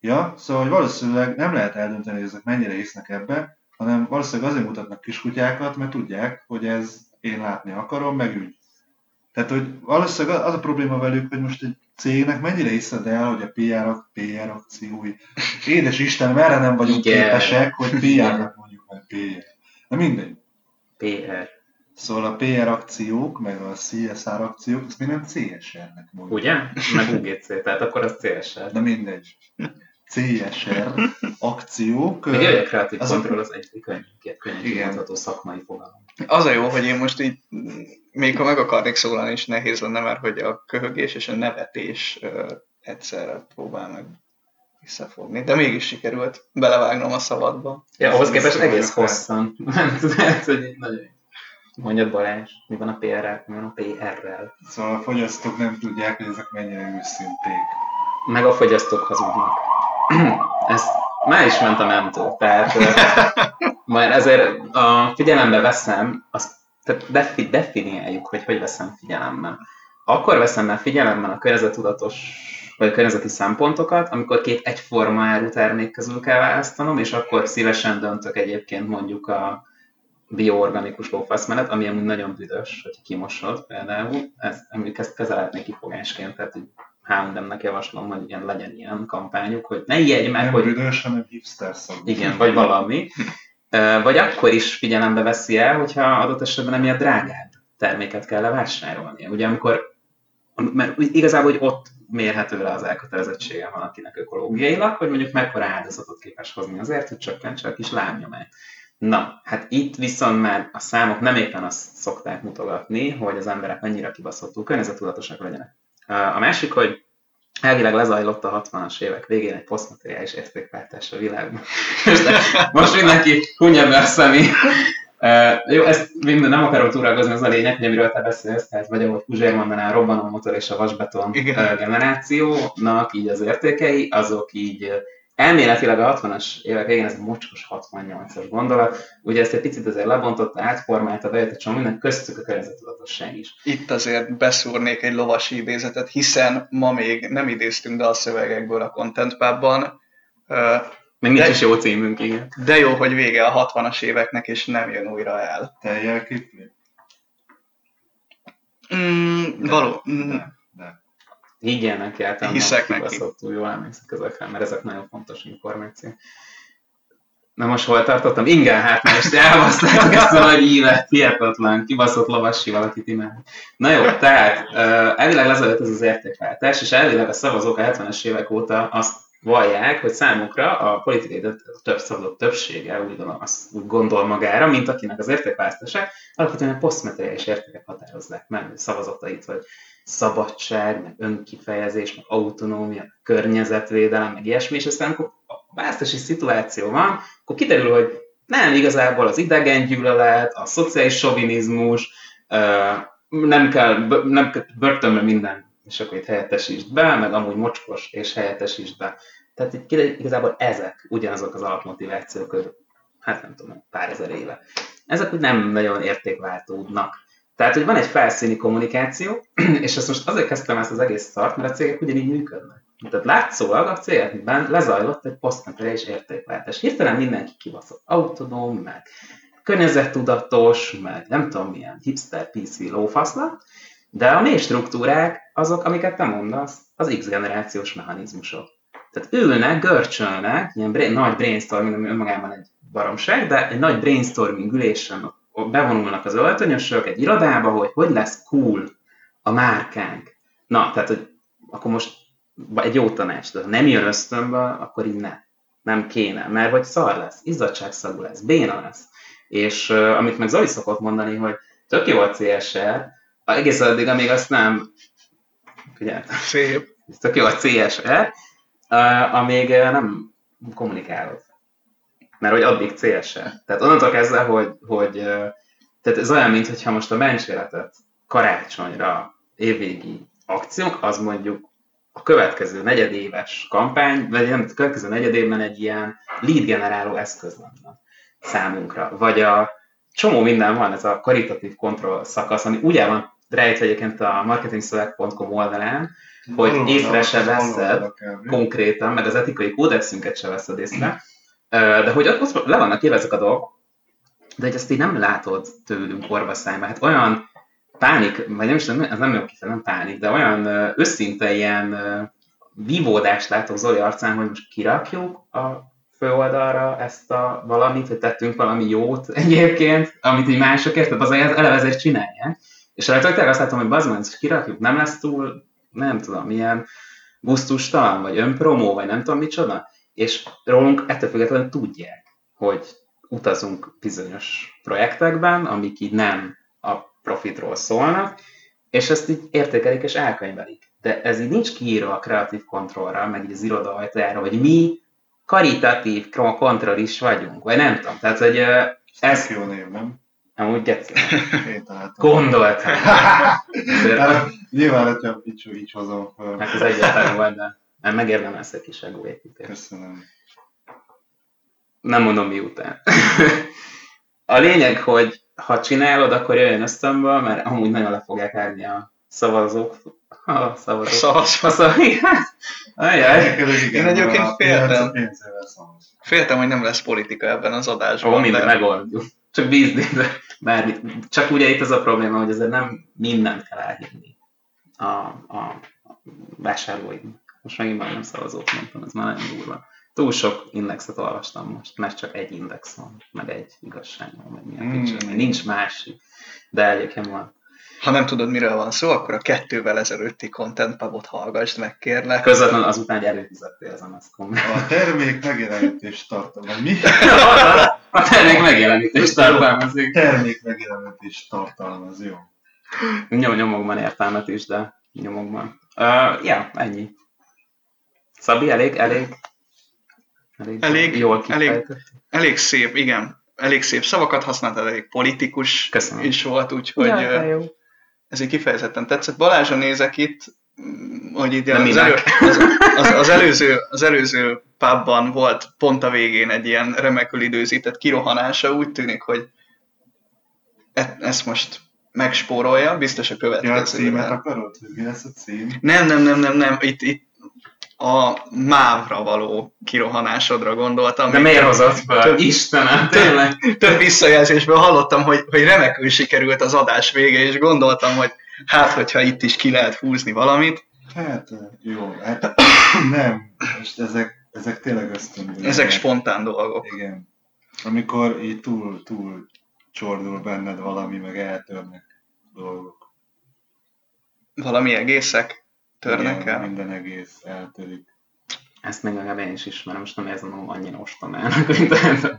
Ja, szóval hogy valószínűleg nem lehet eldönteni, hogy ezek mennyire hisznek ebbe, hanem valószínűleg azért mutatnak kiskutyákat, mert tudják, hogy ez én látni akarom, meg úgy. Tehát, hogy valószínűleg az a probléma velük, hogy most egy cégnek mennyire hiszed el, hogy a pé er, ak- pé er akciói. Édes Istenem, erre nem vagyunk Igen. képesek, hogy pé er-nek mondjuk meg pé er. Na mindegy. pé er. Szóval a pé er akciók, meg a cé es er akciók, ezt minden cé es er-nek mondjuk. Ugye? Meg u gé cé, tehát akkor az cé es er. Na mindegy. cé es er akciók. Még jöjjön Creative azok- Control az egyik könyv, könnyen Igen. kimondható szakmai fogalom. Az a jó, hogy én most így, még ha meg akarnék szólalni is nehéz lenne, mert hogy a köhögés és a nevetés ö, egyszerre próbál meg visszafogni. De mégis sikerült belevágnom a szabadba. Ja, ahhoz képest Vissza egész vagyok hosszan. Nem tudod, hogy így nagyon... Mondjad Balázs, mi van a pé er-rel? Mi van a pé er-rel? Szóval a fogyasztók nem tudják, hogy ezek mennyire őszinték. Meg a fogyasztók hazudnak. Ezt már is ment a mentó, tehát ö, majd ezért a figyelembe veszem, azt tehát defi, definiáljuk, hogy hogy veszem figyelembe. Akkor veszem már figyelemben a környezettudatos vagy a környezeti szempontokat, amikor két egyforma árutermék közül kell választanom, és akkor szívesen döntök egyébként mondjuk a bioorganikus lófaszmenet, ami amúgy nagyon büdös, hogy kimosod például. Ez, emlék, ezt kezelhetné kifogásként, tehát hogy há és em-nek javaslom, hogy ilyen, legyen ilyen kampányuk, hogy ne ijedj meg, Nem hogy büdös, hanem hipster szag. igen, vagy valami. Ö, Vagy akkor is figyelembe veszi el, hogyha adott esetben emiatt drágább terméket kell levásárolnia. Ugye amikor, mert igazából hogy ott mérhető le az elkötelezettsége valakinek ökológiailag, hogy mondjuk mekkora áldozatot képes hozni azért, hogy csökkentse a kis lábnyomát. Na, hát itt viszont már a számok nem éppen azt szokták mutogatni, hogy az emberek mennyire kibaszottul környezettudatosak legyenek. A másik, hogy elvileg lezajlott a hatvanas évek végén egy posztmateriális értékváltás a világban. Most, most mindenki hunja be a szemé. Uh, jó, ezt minden nem akarom túragozni, az a lényeg, hogy amiről te beszélsz, tehát vagy ahogy Puzsér mondaná, a robbanómotor és a vasbeton Igen. generációnak így az értékei, azok így elméletileg a hatvanas évek végén ez a mocskos hatvannyolcas gondolat, ugye ezt egy picit azért lebontotta, átformálta, bejött egy csomó minden, köztük a környezetudatosság is. Itt azért beszúrnék egy lovasi idézetet, hiszen ma még nem idéztünk be a szövegekből a Content Pubban. Ö, Még nincs De- is jó címünk, igen. De jó, hogy vége a hatvanas éveknek, és nem jön újra el. Te jelképli? Mm, való. Mm, De, de. Higgyenek el, Hiszek neki. kibaszottul jól emlékszek ezekre, mert ezek nagyon fontos információk. Na most hol tartottam? Igen, hát már most elbaszták ezt a nagy ívet, hihetetlen, kibaszott lovasi valakit imád. Na jó, tehát uh, elvileg lezajlott ez az értékváltás, és elvileg a szavazók a hetvenes évek óta azt vallják, hogy számukra a politikai több szavazók többsége úgy, gondolom, azt úgy gondol magára, mint akinek az értékválasztását alapvetően a posztmateriális értékek határozzák meg szavazatait, hogy szabadság, meg önkifejezés, meg autonómia, környezetvédelem, meg ilyesmi, és aztán amikor a választási szituáció van, akkor kiderül, hogy nem igazából az idegengyűlölet, a szociális sovinizmus, nem kell, nem kell börtönbe minden, és akkor itt helyettesítsd be, meg amúgy mocskos, és helyettesítsd be. Tehát itt igazából ezek ugyanazok az alapmotivációk, hogy hát nem tudom, pár ezer éve. Ezek úgy nem nagyon értékváltódnak. Tehát, hogy van egy felszíni kommunikáció, és ezt most azért kezdtem ezt az egész szart, mert a cégek ugyanígy működnek. Tehát látszólag a cégekben lezajlott egy posztmateriális értékváltás. Hirtelen mindenki kibaszott autonóm, meg környezettudatos, meg nem tudom milyen hipster pé cé lófasznak, de a mély struktúrák azok, amiket te mondasz, az X-generációs mechanizmusok. Tehát ülnek, görcsölnek, ilyen brain, nagy brainstorming, ami önmagában egy baromság, de egy nagy brainstorming ülésen bevonulnak az öltönyösök egy irodába, hogy hogy lesz cool a márkánk. Na, tehát, hogy akkor most egy jó tanács, de ha nem jön ösztönbe, akkor így ne. Nem kéne, mert hogy szar lesz, izzadságszagú lesz, béna lesz. És uh, amit meg Zoli szokott mondani, hogy tök jó a cé es er, egész addig, amíg azt nem... Figyeltem. Szép. Tök jó a cé es er, uh, amíg uh, nem kommunikálod. Mert hogy addig cé es er. Tehát onnantól kezdve, hogy, hogy uh, tehát ez olyan, mintha most a bencséletet karácsonyra évvégi akciók, az mondjuk a következő negyedéves kampány, vagy nem, a következő negyedévben egy ilyen lead generáló eszköz lenne számunkra. Vagy a csomó minden van, ez a karitatív kontroll szakasz, ami úgy el van rejtve egyébként a marketingszöveg pont com oldalán, hogy észre se veszed konkrétan, meg az etikai kódexünket se veszed észre, de hogy ott le vannak írva ezek a dolgok, de hogy ezt így nem látod tőlünk orvaszájba. Hát olyan pánik, vagy nem is, ez nem jó kifejezés, nem pánik, de olyan őszinte ilyen vívódást látok Zoli arcán, hogy most kirakjuk a főoldalra ezt a valamit, hogy tettünk valami jót egyébként, amit így mások érted, az eleve ezért csinálják. És rajta azt látom, hogy bazd meg, hogy kirakjuk, nem lesz túl, nem tudom, milyen gusztustalan, vagy önpromó, vagy nem tudom micsoda. És rólunk ettől függetlenül tudják, hogy utazunk bizonyos projektekben, amik így nem a profitról szólnak, és ezt így értékelik és elkönyvelik. De ez így nincs kiírva a kreatív kontrollra, meg így az iroda ajtajára, hogy mi karitatív kontroll is vagyunk, vagy nem tudom. Tehát, hogy ez... jó név, nem? Amúgy geci. Gondoltam. Hát, nyilván, hogyha így, így hozom fel. Hát ez egyáltalán volt, de nem megérdemel ezt egy kis egóépítést. Köszönöm. Nem mondom miután. A lényeg, hogy ha csinálod, akkor jöjjön ösztönből, mert amúgy nagyon le fogják állni a szavazók. A szavazók. Szavazók. Ajaj. Én egyébként féltem. Féltem, hogy nem lesz politika ebben az adásban. Ó, mindent megoldjuk. Csak bízni, de bármit. Csak ugye itt az a probléma, hogy azért nem mindent kell elhinni a, a vásárlóinknak. Most megint már nem szavazók, mondtam, ez már nagyon durva. Túl sok indexet olvastam most, mert csak egy index van, meg egy igazság van, meg milyen mm. Picture, nincs másik, de egyébként van. Ha nem tudod, miről van szó, akkor a kettővel ezelőtti Content Pubot hallgassd meg, kérlek. Közvetlenül azután, hogy előfizettél az em es pont com. A termék megjelenítés tartalmaz. Mi? A termék megjelenítés tartalmaz. Termék megjelenítés tartalmaz, jó. Nyom, nyomokban értelmet is, de nyomokban. Uh, ja, ennyi. Szabi, elég, elég, elég, elég jól elég, elég szép, igen. Elég szép szavakat használtad, elég politikus Köszönöm. is volt, úgyhogy ja, ez így kifejezetten tetszett. Balázson nézek itt, hogy így az, elő, az, az, az, előző, az előző pubban volt pont a végén egy ilyen remekül időzített kirohanása, úgy tűnik, hogy e, ezt most megspórolja, biztos a következő. Ja, a címet akarod? Mi lesz a cím? Nem, nem, nem, nem, nem. Itt, itt a mávra való kirohanásodra gondoltam. De miért hozott fel? Istenem, tényleg. Több, több visszajelzésből hallottam, hogy, hogy remekül sikerült az adás vége, és gondoltam, hogy hát, hogyha itt is ki lehet húzni valamit. Hát, jó, hát nem. Most ezek, ezek tényleg ösztönből. Ezek spontán dolgok. Igen. Amikor így túl, túl csordul benned valami, meg eltörnek dolgok. Valami egészek törnek igen, el? Minden egész eltörik. Ezt még legalább én is ismerem, most nem érzem magam annyira ostomának, mint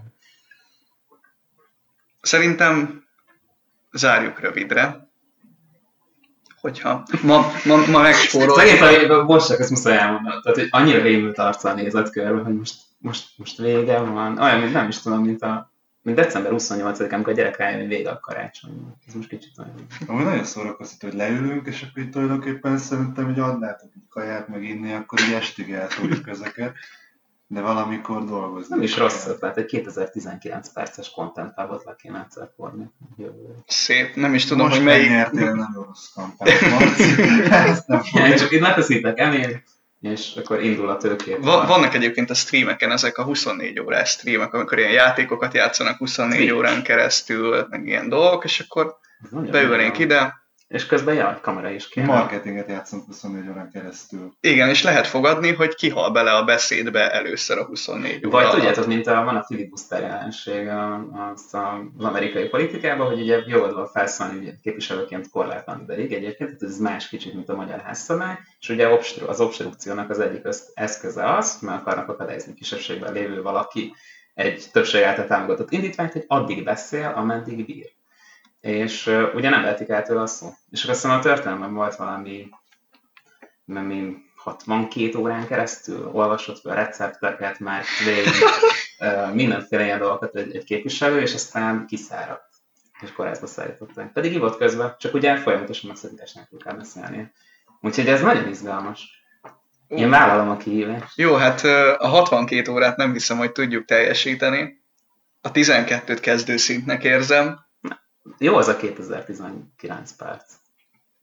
Szerintem zárjuk rövidre, hogyha ma, ma, ma megspóroljuk. Szerintem, most csak ezt muszáj elmondani. Tehát, hogy annyira rémült arccal nézett körbe, hogy most, most, most vége van. Olyan, mint nem is tudom, mint a mint december huszonnyolcadikán, amikor a gyerek rájön, hogy vége a karácsony. Ez most kicsit olyan. Amúgy nagyon szórakoztató, hogy leülünk, és akkor itt tulajdonképpen szerintem, hogy adnátok egy kaját meg inni, akkor így estig eltoljuk ezeket, de valamikor dolgozni. Nem is rossz ötlet, egy kétezer-tizenkilenc perces content pubot le kéne egyszer forni. Szép, nem is tudom, most hogy melyik... Most megnyertél nagyon rossz kampányt, Marci. Ezt nem ja, csak itt lefeszítek emér, és akkor indul a tőkét. Va- vannak egyébként a streameken ezek a huszonnégy órás streamek, amikor ilyen játékokat játszanak huszonnégy Stream. órán keresztül, meg ilyen dolgok, és akkor beülnénk ide. És közben ja, kamera is kéne. Marketinget játszunk huszonnégy órán keresztül. Igen, és lehet fogadni, hogy kihal bele a beszédbe először a huszonnégy óra. Vagy tudjátok, mint a, van a filibuszter jelenség az, az amerikai politikában, hogy ugye jogodva felszállni képviselőként korlátlan ideig egyébként, ez más kicsit, mint a magyar házszabály, és ugye az obstrukciónak az egyik eszköze az, mert akarnak akadályozni kisebbségben lévő valaki egy többség által támogatott indítványt, hogy addig beszél, ameddig bír. És uh, ugye nem vehetik el tőle a szó. És akkor aztán a történelemben volt valami, nem én, hatvankét órán keresztül olvasott fel recepteket, már végig uh, mindenféle ilyen dolgokat egy, egy képviselő, és aztán kiszáradt. És kórházba szállították. Pedig ivott közben, csak ugye folyamatosan megszakítás nélkül kell beszélni. Úgyhogy ez nagyon izgalmas. Én vállalom a kihívást. Jó, hát a hatvankét órát nem hiszem, hogy tudjuk teljesíteni. A tizenkettőt kezdőszintnek érzem. Jó az a kétezer-tizenkilenc perc.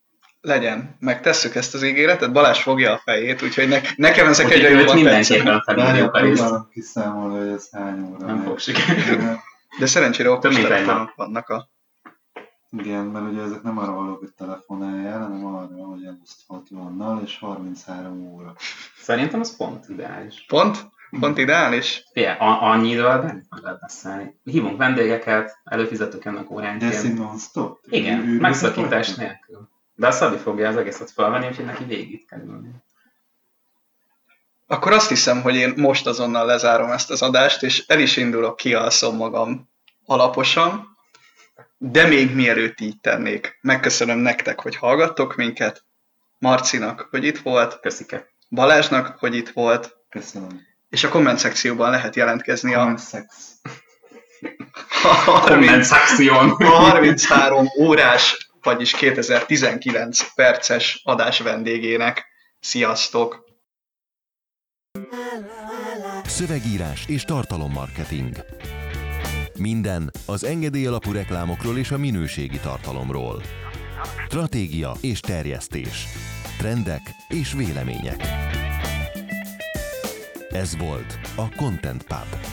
legyen. Megtesszük ezt az ígéretet, Balázs fogja a fejét, úgyhogy ne, nekem ezek Úgyhogy egyre őt jobban tetszenek. mindenképpen felírjuk a részt. Próbálom kiszámolni, hogy ez hány óra. Nem megy. fog sikerülni. De szerencsére okos Több mint egy telefonok vannak a... Igen, mert ugye ezek nem arra valók, hogy telefonáljál, hanem arra, hogy eloszthat vannal, és harminchárom óra. Szerintem az pont ideális. Pont? Pont ideális? Figyelj, a- annyi idővel bennük meg lehet beszélni. Hívunk vendégeket, előfizetünk ennek De óránként. ez így non-stop? Igen, Űrbe megszakítás szakadnak? nélkül. De a Szabi fogja az egészet felvenni, úgyhogy neki végig kell ülni. Akkor azt hiszem, hogy én most azonnal lezárom ezt az adást, és el is indulok, kialszom magam alaposan, de még mielőtt így tennék, megköszönöm nektek, hogy hallgattok minket, Marcinak, hogy itt volt, Köszike. Balázsnak, hogy itt volt, Köszönöm. és a komment szekcióban lehet jelentkezni a Comment szex. Komment szekción. harminchárom órás, vagyis kétezer-tizenkilenc perces adás vendégének. Sziasztok! Szövegírás és tartalommarketing. Minden az engedély alapú reklámokról és a minőségi tartalomról. Stratégia és terjesztés. Trendek és vélemények. Ez volt a Content Pub.